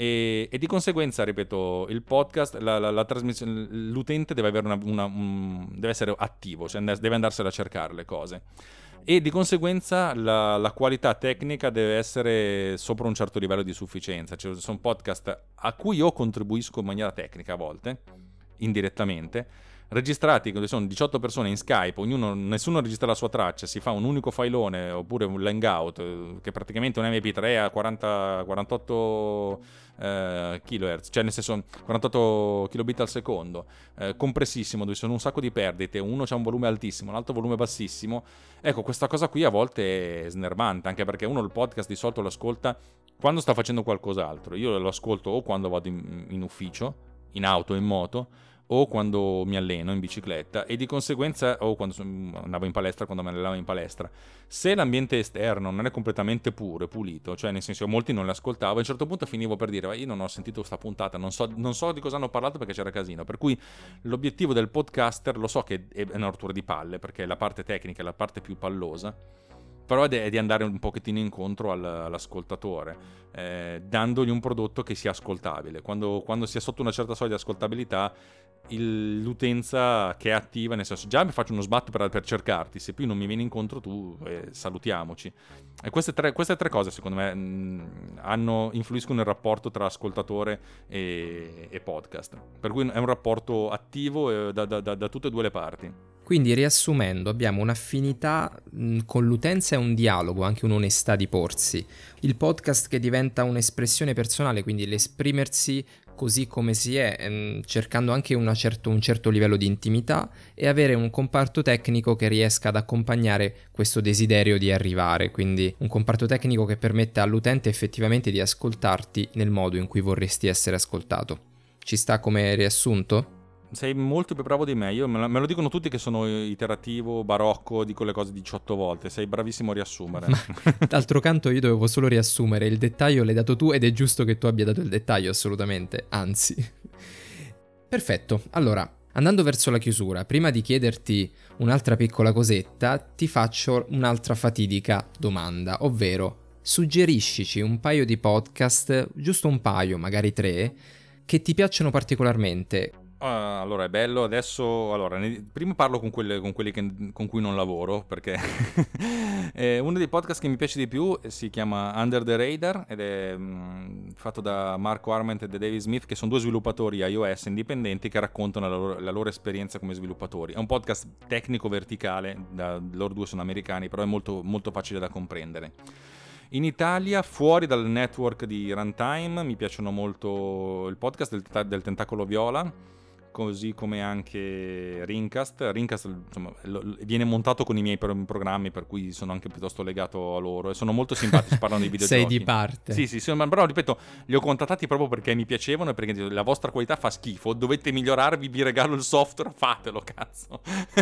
Speaker 1: e, e di conseguenza, ripeto, il podcast, la, la, la trasmissione, l'utente deve avere una, una un, deve essere attivo, cioè deve andarsene a cercare le cose. E di conseguenza la, la qualità tecnica deve essere sopra un certo livello di sufficienza. Cioè, sono podcast a cui io contribuisco in maniera tecnica a volte, indirettamente, registrati, sono diciotto persone in Skype, ognuno, nessuno registra la sua traccia, si fa un unico filone oppure un hangout che praticamente è un emme pi tre a quaranta, quarantotto eh, kilohertz, cioè nel senso quarantotto kilobit al secondo, eh, compressissimo, dove ci sono un sacco di perdite, uno c'ha un volume altissimo, l'altro volume bassissimo. Ecco, questa cosa qui a volte è snervante, anche perché uno il podcast di solito lo ascolta quando sta facendo qualcos'altro. Io lo ascolto o quando vado in, in ufficio, in auto, in moto, o quando mi alleno in bicicletta, e di conseguenza o quando andavo in palestra, quando mi allenavo in palestra. Se l'ambiente esterno non è completamente puro, pulito, cioè nel senso molti non le ascoltavo, a un certo punto finivo per dire io non ho sentito questa puntata, non so, non so di cosa hanno parlato perché c'era casino, per cui l'obiettivo del podcaster lo so che è una rottura di palle perché la parte tecnica è la parte più pallosa, però è di andare un pochettino incontro all'ascoltatore, eh, dandogli un prodotto che sia ascoltabile. Quando, quando si è sotto una certa soglia di ascoltabilità, il, l'utenza che è attiva, nel senso già mi faccio uno sbatto per, per cercarti, se più non mi vieni incontro tu, eh, salutiamoci. E queste tre, queste tre cose secondo me mh, hanno, influiscono nel rapporto tra ascoltatore e, e podcast, per cui è un rapporto attivo eh, da, da, da, da tutte e due le parti.
Speaker 4: Quindi riassumendo, abbiamo un'affinità mh, con l'utenza e un dialogo, anche un'onestà di porsi. Il podcast che diventa un'espressione personale, quindi l'esprimersi così come si è, mh, cercando anche una certo, un certo livello di intimità, e avere un comparto tecnico che riesca ad accompagnare questo desiderio di arrivare, quindi un comparto tecnico che permetta all'utente effettivamente di ascoltarti nel modo in cui vorresti essere ascoltato. Ci sta come riassunto?
Speaker 1: Sei molto più bravo di me, io me, la, me lo dicono tutti che sono iterativo, barocco, dico le cose diciotto volte, sei bravissimo a riassumere.
Speaker 4: Ma, d'altro canto io dovevo solo riassumere, il dettaglio l'hai dato tu ed è giusto che tu abbia dato il dettaglio, assolutamente, anzi. Perfetto, allora Andando verso la chiusura, prima di chiederti un'altra piccola cosetta, ti faccio un'altra fatidica domanda, ovvero suggeriscici un paio di podcast, giusto un paio, magari tre, che ti piacciono particolarmente.
Speaker 1: Uh, allora è bello adesso. Allora, ne, prima parlo con, quelle, con quelli che, con cui non lavoro, perché eh, uno dei podcast che mi piace di più si chiama Under the Radar ed è mh, fatto da Marco Arment e da David Smith, che sono due sviluppatori iOS indipendenti che raccontano la loro, la loro esperienza come sviluppatori. È un podcast tecnico verticale, da, loro due sono americani, però è molto, molto facile da comprendere. In Italia, fuori dal network di Runtime, mi piacciono molto il podcast del, del Tentacolo Viola, così come anche Rincast. Rincast, insomma, viene montato con i miei programmi, per cui sono anche piuttosto legato a loro e sono molto simpatici, parlano di videogiochi.
Speaker 4: Sei di parte.
Speaker 1: Sì, sì, sì, ma però ripeto, li ho contattati proprio perché mi piacevano e perché la vostra qualità fa schifo, dovete migliorarvi, vi regalo il software, fatelo, cazzo.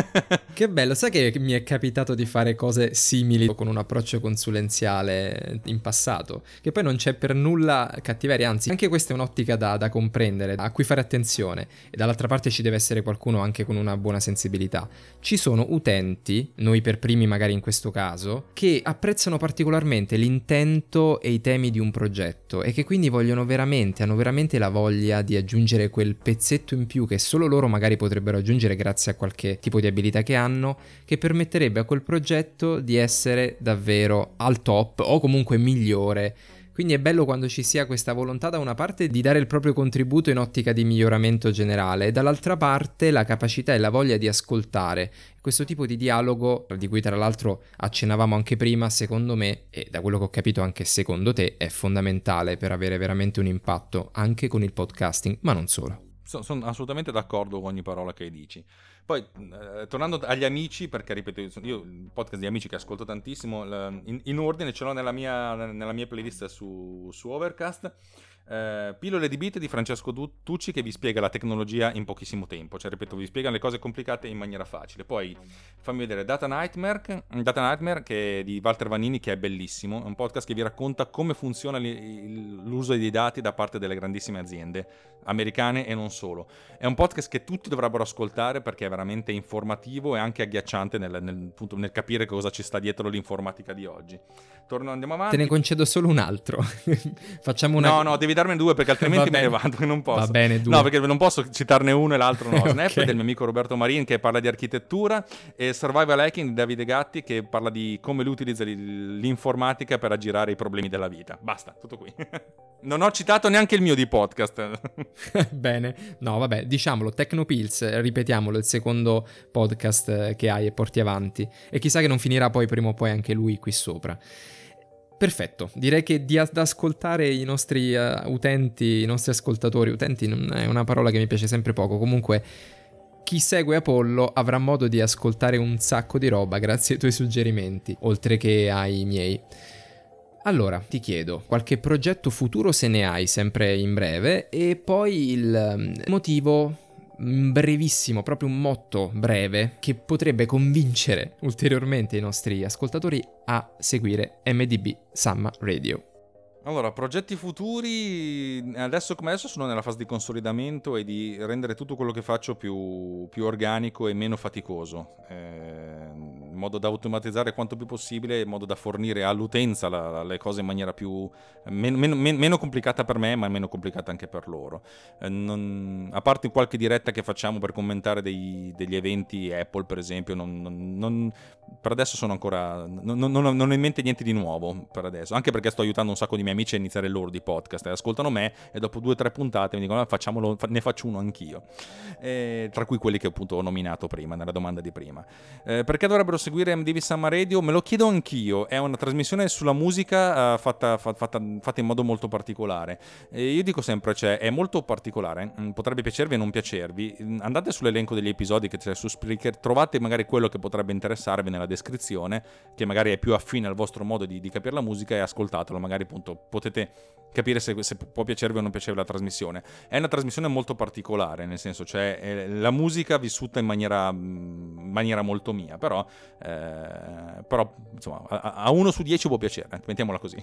Speaker 4: Che bello, sai che mi è capitato di fare cose simili con un approccio consulenziale in passato, che poi non c'è per nulla cattiveria, anzi anche questa è un'ottica da, da comprendere, a cui fare attenzione, e dall'altra parte ci deve essere qualcuno anche con una buona sensibilità. Ci sono utenti, noi per primi magari in questo caso, che apprezzano particolarmente l'intento e i temi di un progetto e che quindi vogliono veramente, hanno veramente la voglia di aggiungere quel pezzetto in più che solo loro magari potrebbero aggiungere grazie a qualche tipo di abilità che hanno, che permetterebbe a quel progetto di essere davvero al top o comunque migliore. Quindi è bello quando ci sia questa volontà da una parte di dare il proprio contributo in ottica di miglioramento generale e dall'altra parte la capacità e la voglia di ascoltare. Questo tipo di dialogo, di cui tra l'altro accennavamo anche prima, secondo me, e da quello che ho capito anche secondo te, è fondamentale per avere veramente un impatto anche con il podcasting, ma non solo.
Speaker 1: Sono assolutamente d'accordo con ogni parola che dici. Poi, eh, tornando agli amici, perché ripeto, io il podcast di amici che ascolto tantissimo, in, in ordine ce l'ho nella mia, nella mia playlist su, su Overcast. Eh, Pillole di Bit di Francesco Tucci, che vi spiega la tecnologia in pochissimo tempo, cioè ripeto, vi spiega le cose complicate in maniera facile. Poi fammi vedere Data Nightmare, Data Nightmare che è di Walter Vanini, che è bellissimo, è un podcast che vi racconta come funziona l'uso dei dati da parte delle grandissime aziende americane e non solo. È un podcast che tutti dovrebbero ascoltare perché è veramente informativo e anche agghiacciante nel, nel, appunto, nel capire cosa ci sta dietro l'informatica di oggi. Torno, andiamo avanti.
Speaker 4: Te ne concedo solo un altro. Facciamo una...
Speaker 1: No, no, devi darne due perché altrimenti me ne vado, non posso.
Speaker 4: Va bene, due.
Speaker 1: No, perché non posso citarne uno e l'altro no.
Speaker 4: Okay.
Speaker 1: Snap del mio amico Roberto Marin, che parla di architettura, e Survival Hacking di Davide Gatti, che parla di come lui utilizza l'informatica per aggirare i problemi della vita. Basta, tutto qui. Non ho citato neanche il mio di podcast.
Speaker 4: Bene, no vabbè, diciamolo, Tecnopills, ripetiamolo, il secondo podcast che hai e porti avanti, e chissà che non finirà poi prima o poi anche lui qui sopra. Perfetto, direi che di ad ascoltare i nostri uh, utenti, i nostri ascoltatori, utenti non è una parola che mi piace sempre poco, comunque chi segue Apollo avrà modo di ascoltare un sacco di roba grazie ai tuoi suggerimenti, oltre che ai miei. Allora, ti chiedo, qualche progetto futuro se ne hai, sempre in breve, e poi il motivo brevissimo, proprio un motto breve, che potrebbe convincere ulteriormente i nostri ascoltatori a seguire M D B Summer Radio.
Speaker 1: Allora, progetti futuri, adesso come adesso sono nella fase di consolidamento e di rendere tutto quello che faccio più, più organico e meno faticoso, eh, in modo da automatizzare quanto più possibile, in modo da fornire all'utenza la, le cose in maniera più meno, meno, meno complicata per me, ma meno complicata anche per loro. Eh, non, a parte qualche diretta che facciamo per commentare dei, degli eventi Apple, per esempio, non, non, non, per adesso sono ancora non, non, non ho in mente niente di nuovo per adesso, anche perché sto aiutando un sacco di miei amici a iniziare loro di podcast, e ascoltano me e dopo due o tre puntate mi dicono ah, facciamolo, ne faccio uno anch'io, eh, tra cui quelli che appunto ho nominato prima nella domanda di prima. Eh, perché dovrebbero seguire M D B Summer Radio? Me lo chiedo anch'io. È una trasmissione sulla musica uh, fatta, fatta, fatta in modo molto particolare, e io dico sempre, cioè, è molto particolare, potrebbe piacervi e non piacervi. Andate sull'elenco degli episodi che c'è su Spreaker, trovate magari quello che potrebbe interessarvi nella descrizione, che magari è più affine al vostro modo di, di capire la musica, e ascoltatelo, magari appunto potete capire se, se può piacervi o non piacervi la trasmissione. È una trasmissione molto particolare, nel senso, cioè è la musica vissuta in maniera, in maniera molto mia, però, eh, però insomma a, a uno su dieci può piacere, mettiamola così.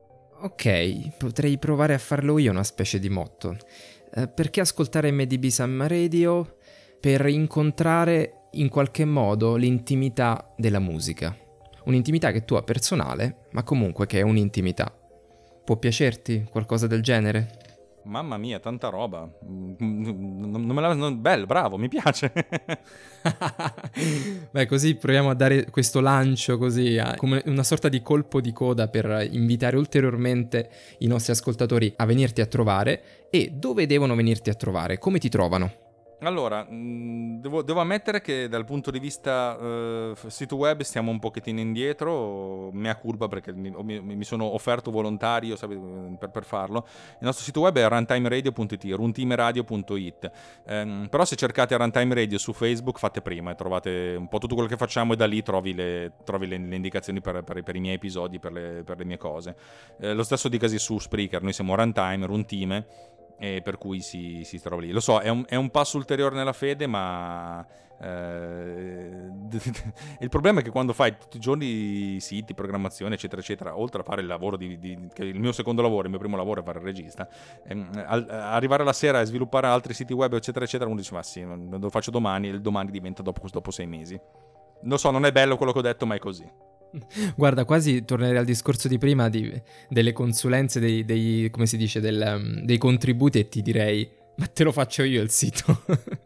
Speaker 4: Ok, potrei provare a farlo io una specie di motto. Eh, perché ascoltare M D B Summer Radio? per incontrare in qualche modo l'intimità della musica. Un'intimità che tu hai personale, ma comunque che è un'intimità. Può piacerti qualcosa del genere?
Speaker 1: Mamma mia, tanta roba. Non me la... non... Bello, bravo, mi piace.
Speaker 4: Beh, così proviamo a dare questo lancio così, a... come una sorta di colpo di coda per invitare ulteriormente i nostri ascoltatori a venirti a trovare. E dove devono venirti a trovare? Come ti trovano?
Speaker 1: Allora, devo, devo ammettere che dal punto di vista eh, sito web stiamo un pochettino indietro, mea culpa perché mi, mi sono offerto volontario sape, per, per farlo. Il nostro sito web è runtimeradio punto it, runtimeradio punto it, eh, però se cercate Runtime Radio su Facebook fate prima e trovate un po' tutto quello che facciamo e da lì trovi le, trovi le, le indicazioni per, per, per i miei episodi, per le, per le mie cose. Eh, lo stesso dicasi su Spreaker, noi siamo Runtime, Runtime, e per cui si, si trova lì. Lo so, è un, è un passo ulteriore nella fede, ma eh, il problema è che quando fai tutti i giorni siti, programmazione, eccetera, eccetera, oltre a fare il lavoro di, di che il mio secondo lavoro, il mio primo lavoro è fare il regista, ehm, al, arrivare la sera e sviluppare altri siti web, eccetera, eccetera, uno dice, ma sì, lo faccio domani, e il domani diventa dopo, dopo sei mesi. Lo so, non è bello quello che ho detto, ma è così.
Speaker 4: Guarda, quasi tornerei al discorso di prima di, delle consulenze, dei, dei come si dice, del, um, dei contributi, e ti direi, ma te lo faccio io il sito.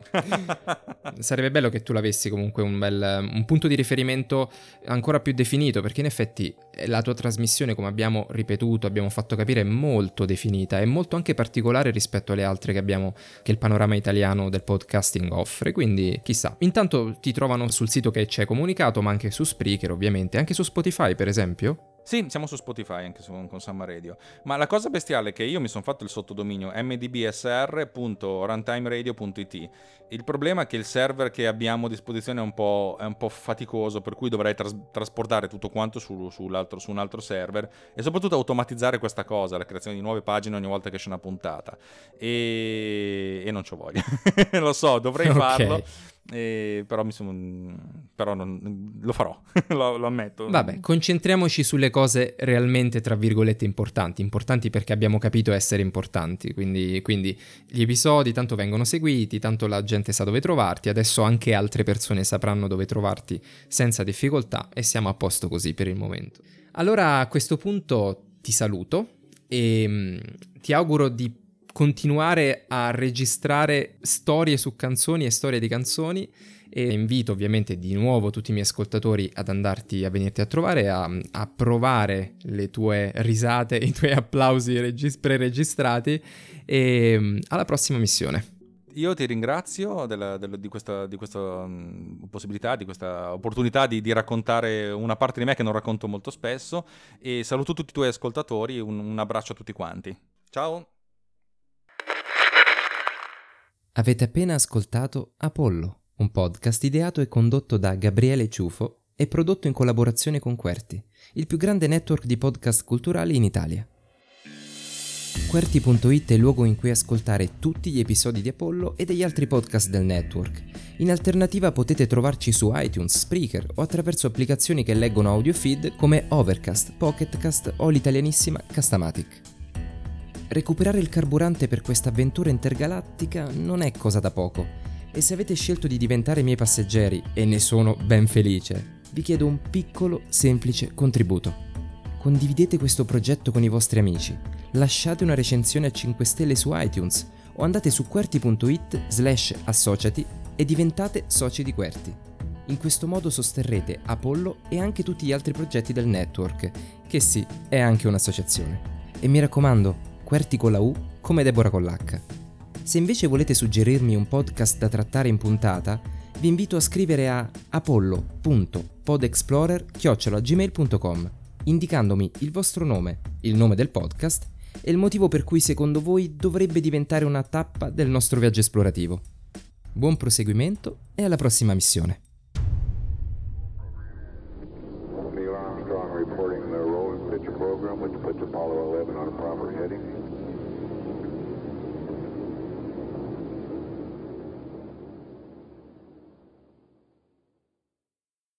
Speaker 4: Sarebbe bello che tu l'avessi comunque un bel un punto di riferimento ancora più definito, perché in effetti la tua trasmissione, come abbiamo ripetuto, abbiamo fatto capire, è molto definita, è molto anche particolare rispetto alle altre che abbiamo, che il panorama italiano del podcasting offre, quindi chissà. Intanto ti trovano sul sito che ci hai comunicato, ma anche su Spreaker ovviamente, anche su Spotify per esempio.
Speaker 1: Sì, siamo su Spotify anche su, con Summa Radio. Ma la cosa bestiale è che io mi sono fatto il sottodominio m d b s r punto runtimeradio punto it. Il problema è che il server che abbiamo a disposizione è un po', è un po' faticoso, per cui dovrei tras- trasportare tutto quanto su, su, su un altro server e soprattutto automatizzare questa cosa, la creazione di nuove pagine ogni volta che esce una puntata. E, e non c'ho voglia. Lo so, dovrei
Speaker 4: Okay.
Speaker 1: farlo. Eh, però mi sono però non, lo farò. lo, lo ammetto.
Speaker 4: Vabbè, concentriamoci sulle cose realmente tra virgolette importanti importanti perché abbiamo capito essere importanti, quindi, quindi gli episodi tanto vengono seguiti, tanto la gente sa dove trovarti, adesso anche altre persone sapranno dove trovarti senza difficoltà e siamo a posto così per il momento. Allora a questo punto ti saluto e mh, ti auguro di continuare a registrare storie su canzoni e storie di canzoni, e invito ovviamente di nuovo tutti i miei ascoltatori ad andarti a venirti a trovare, a, a provare le tue risate, i tuoi applausi regis- pre-registrati, e alla prossima missione.
Speaker 1: Io ti ringrazio della, della, di questa, di questa um, possibilità, di questa opportunità di, di raccontare una parte di me che non racconto molto spesso, e saluto tutti i tuoi ascoltatori, un, un abbraccio a tutti quanti. Ciao!
Speaker 4: Avete appena ascoltato Apollo, un podcast ideato e condotto da Gabriele Ciufo e prodotto in collaborazione con Querti, il più grande network di podcast culturali in Italia. Querti punto it è il luogo in cui ascoltare tutti gli episodi di Apollo e degli altri podcast del network. In alternativa potete trovarci su iTunes, Spreaker o attraverso applicazioni che leggono audio feed come Overcast, Pocketcast o l'italianissima Castamatic. Recuperare il carburante per questa avventura intergalattica non è cosa da poco, e se avete scelto di diventare miei passeggeri, e ne sono ben felice, vi chiedo un piccolo, semplice contributo. Condividete questo progetto con i vostri amici, lasciate una recensione a cinque stelle su iTunes o andate su querti punto it slash associati e diventate soci di Querti. In questo modo sosterrete Apollo e anche tutti gli altri progetti del network, che sì, è anche un'associazione. E mi raccomando, Querti con la U come Deborah con l'H. Se invece volete suggerirmi un podcast da trattare in puntata, vi invito a scrivere a apollo punto podexplorer chiocciola gmail punto com, indicandomi il vostro nome, il nome del podcast e il motivo per cui secondo voi dovrebbe diventare una tappa del nostro viaggio esplorativo. Buon proseguimento e alla prossima missione.
Speaker 5: Neil Armstrong reporting the roll and pitch program, which puts Apollo eleven on a proper heading.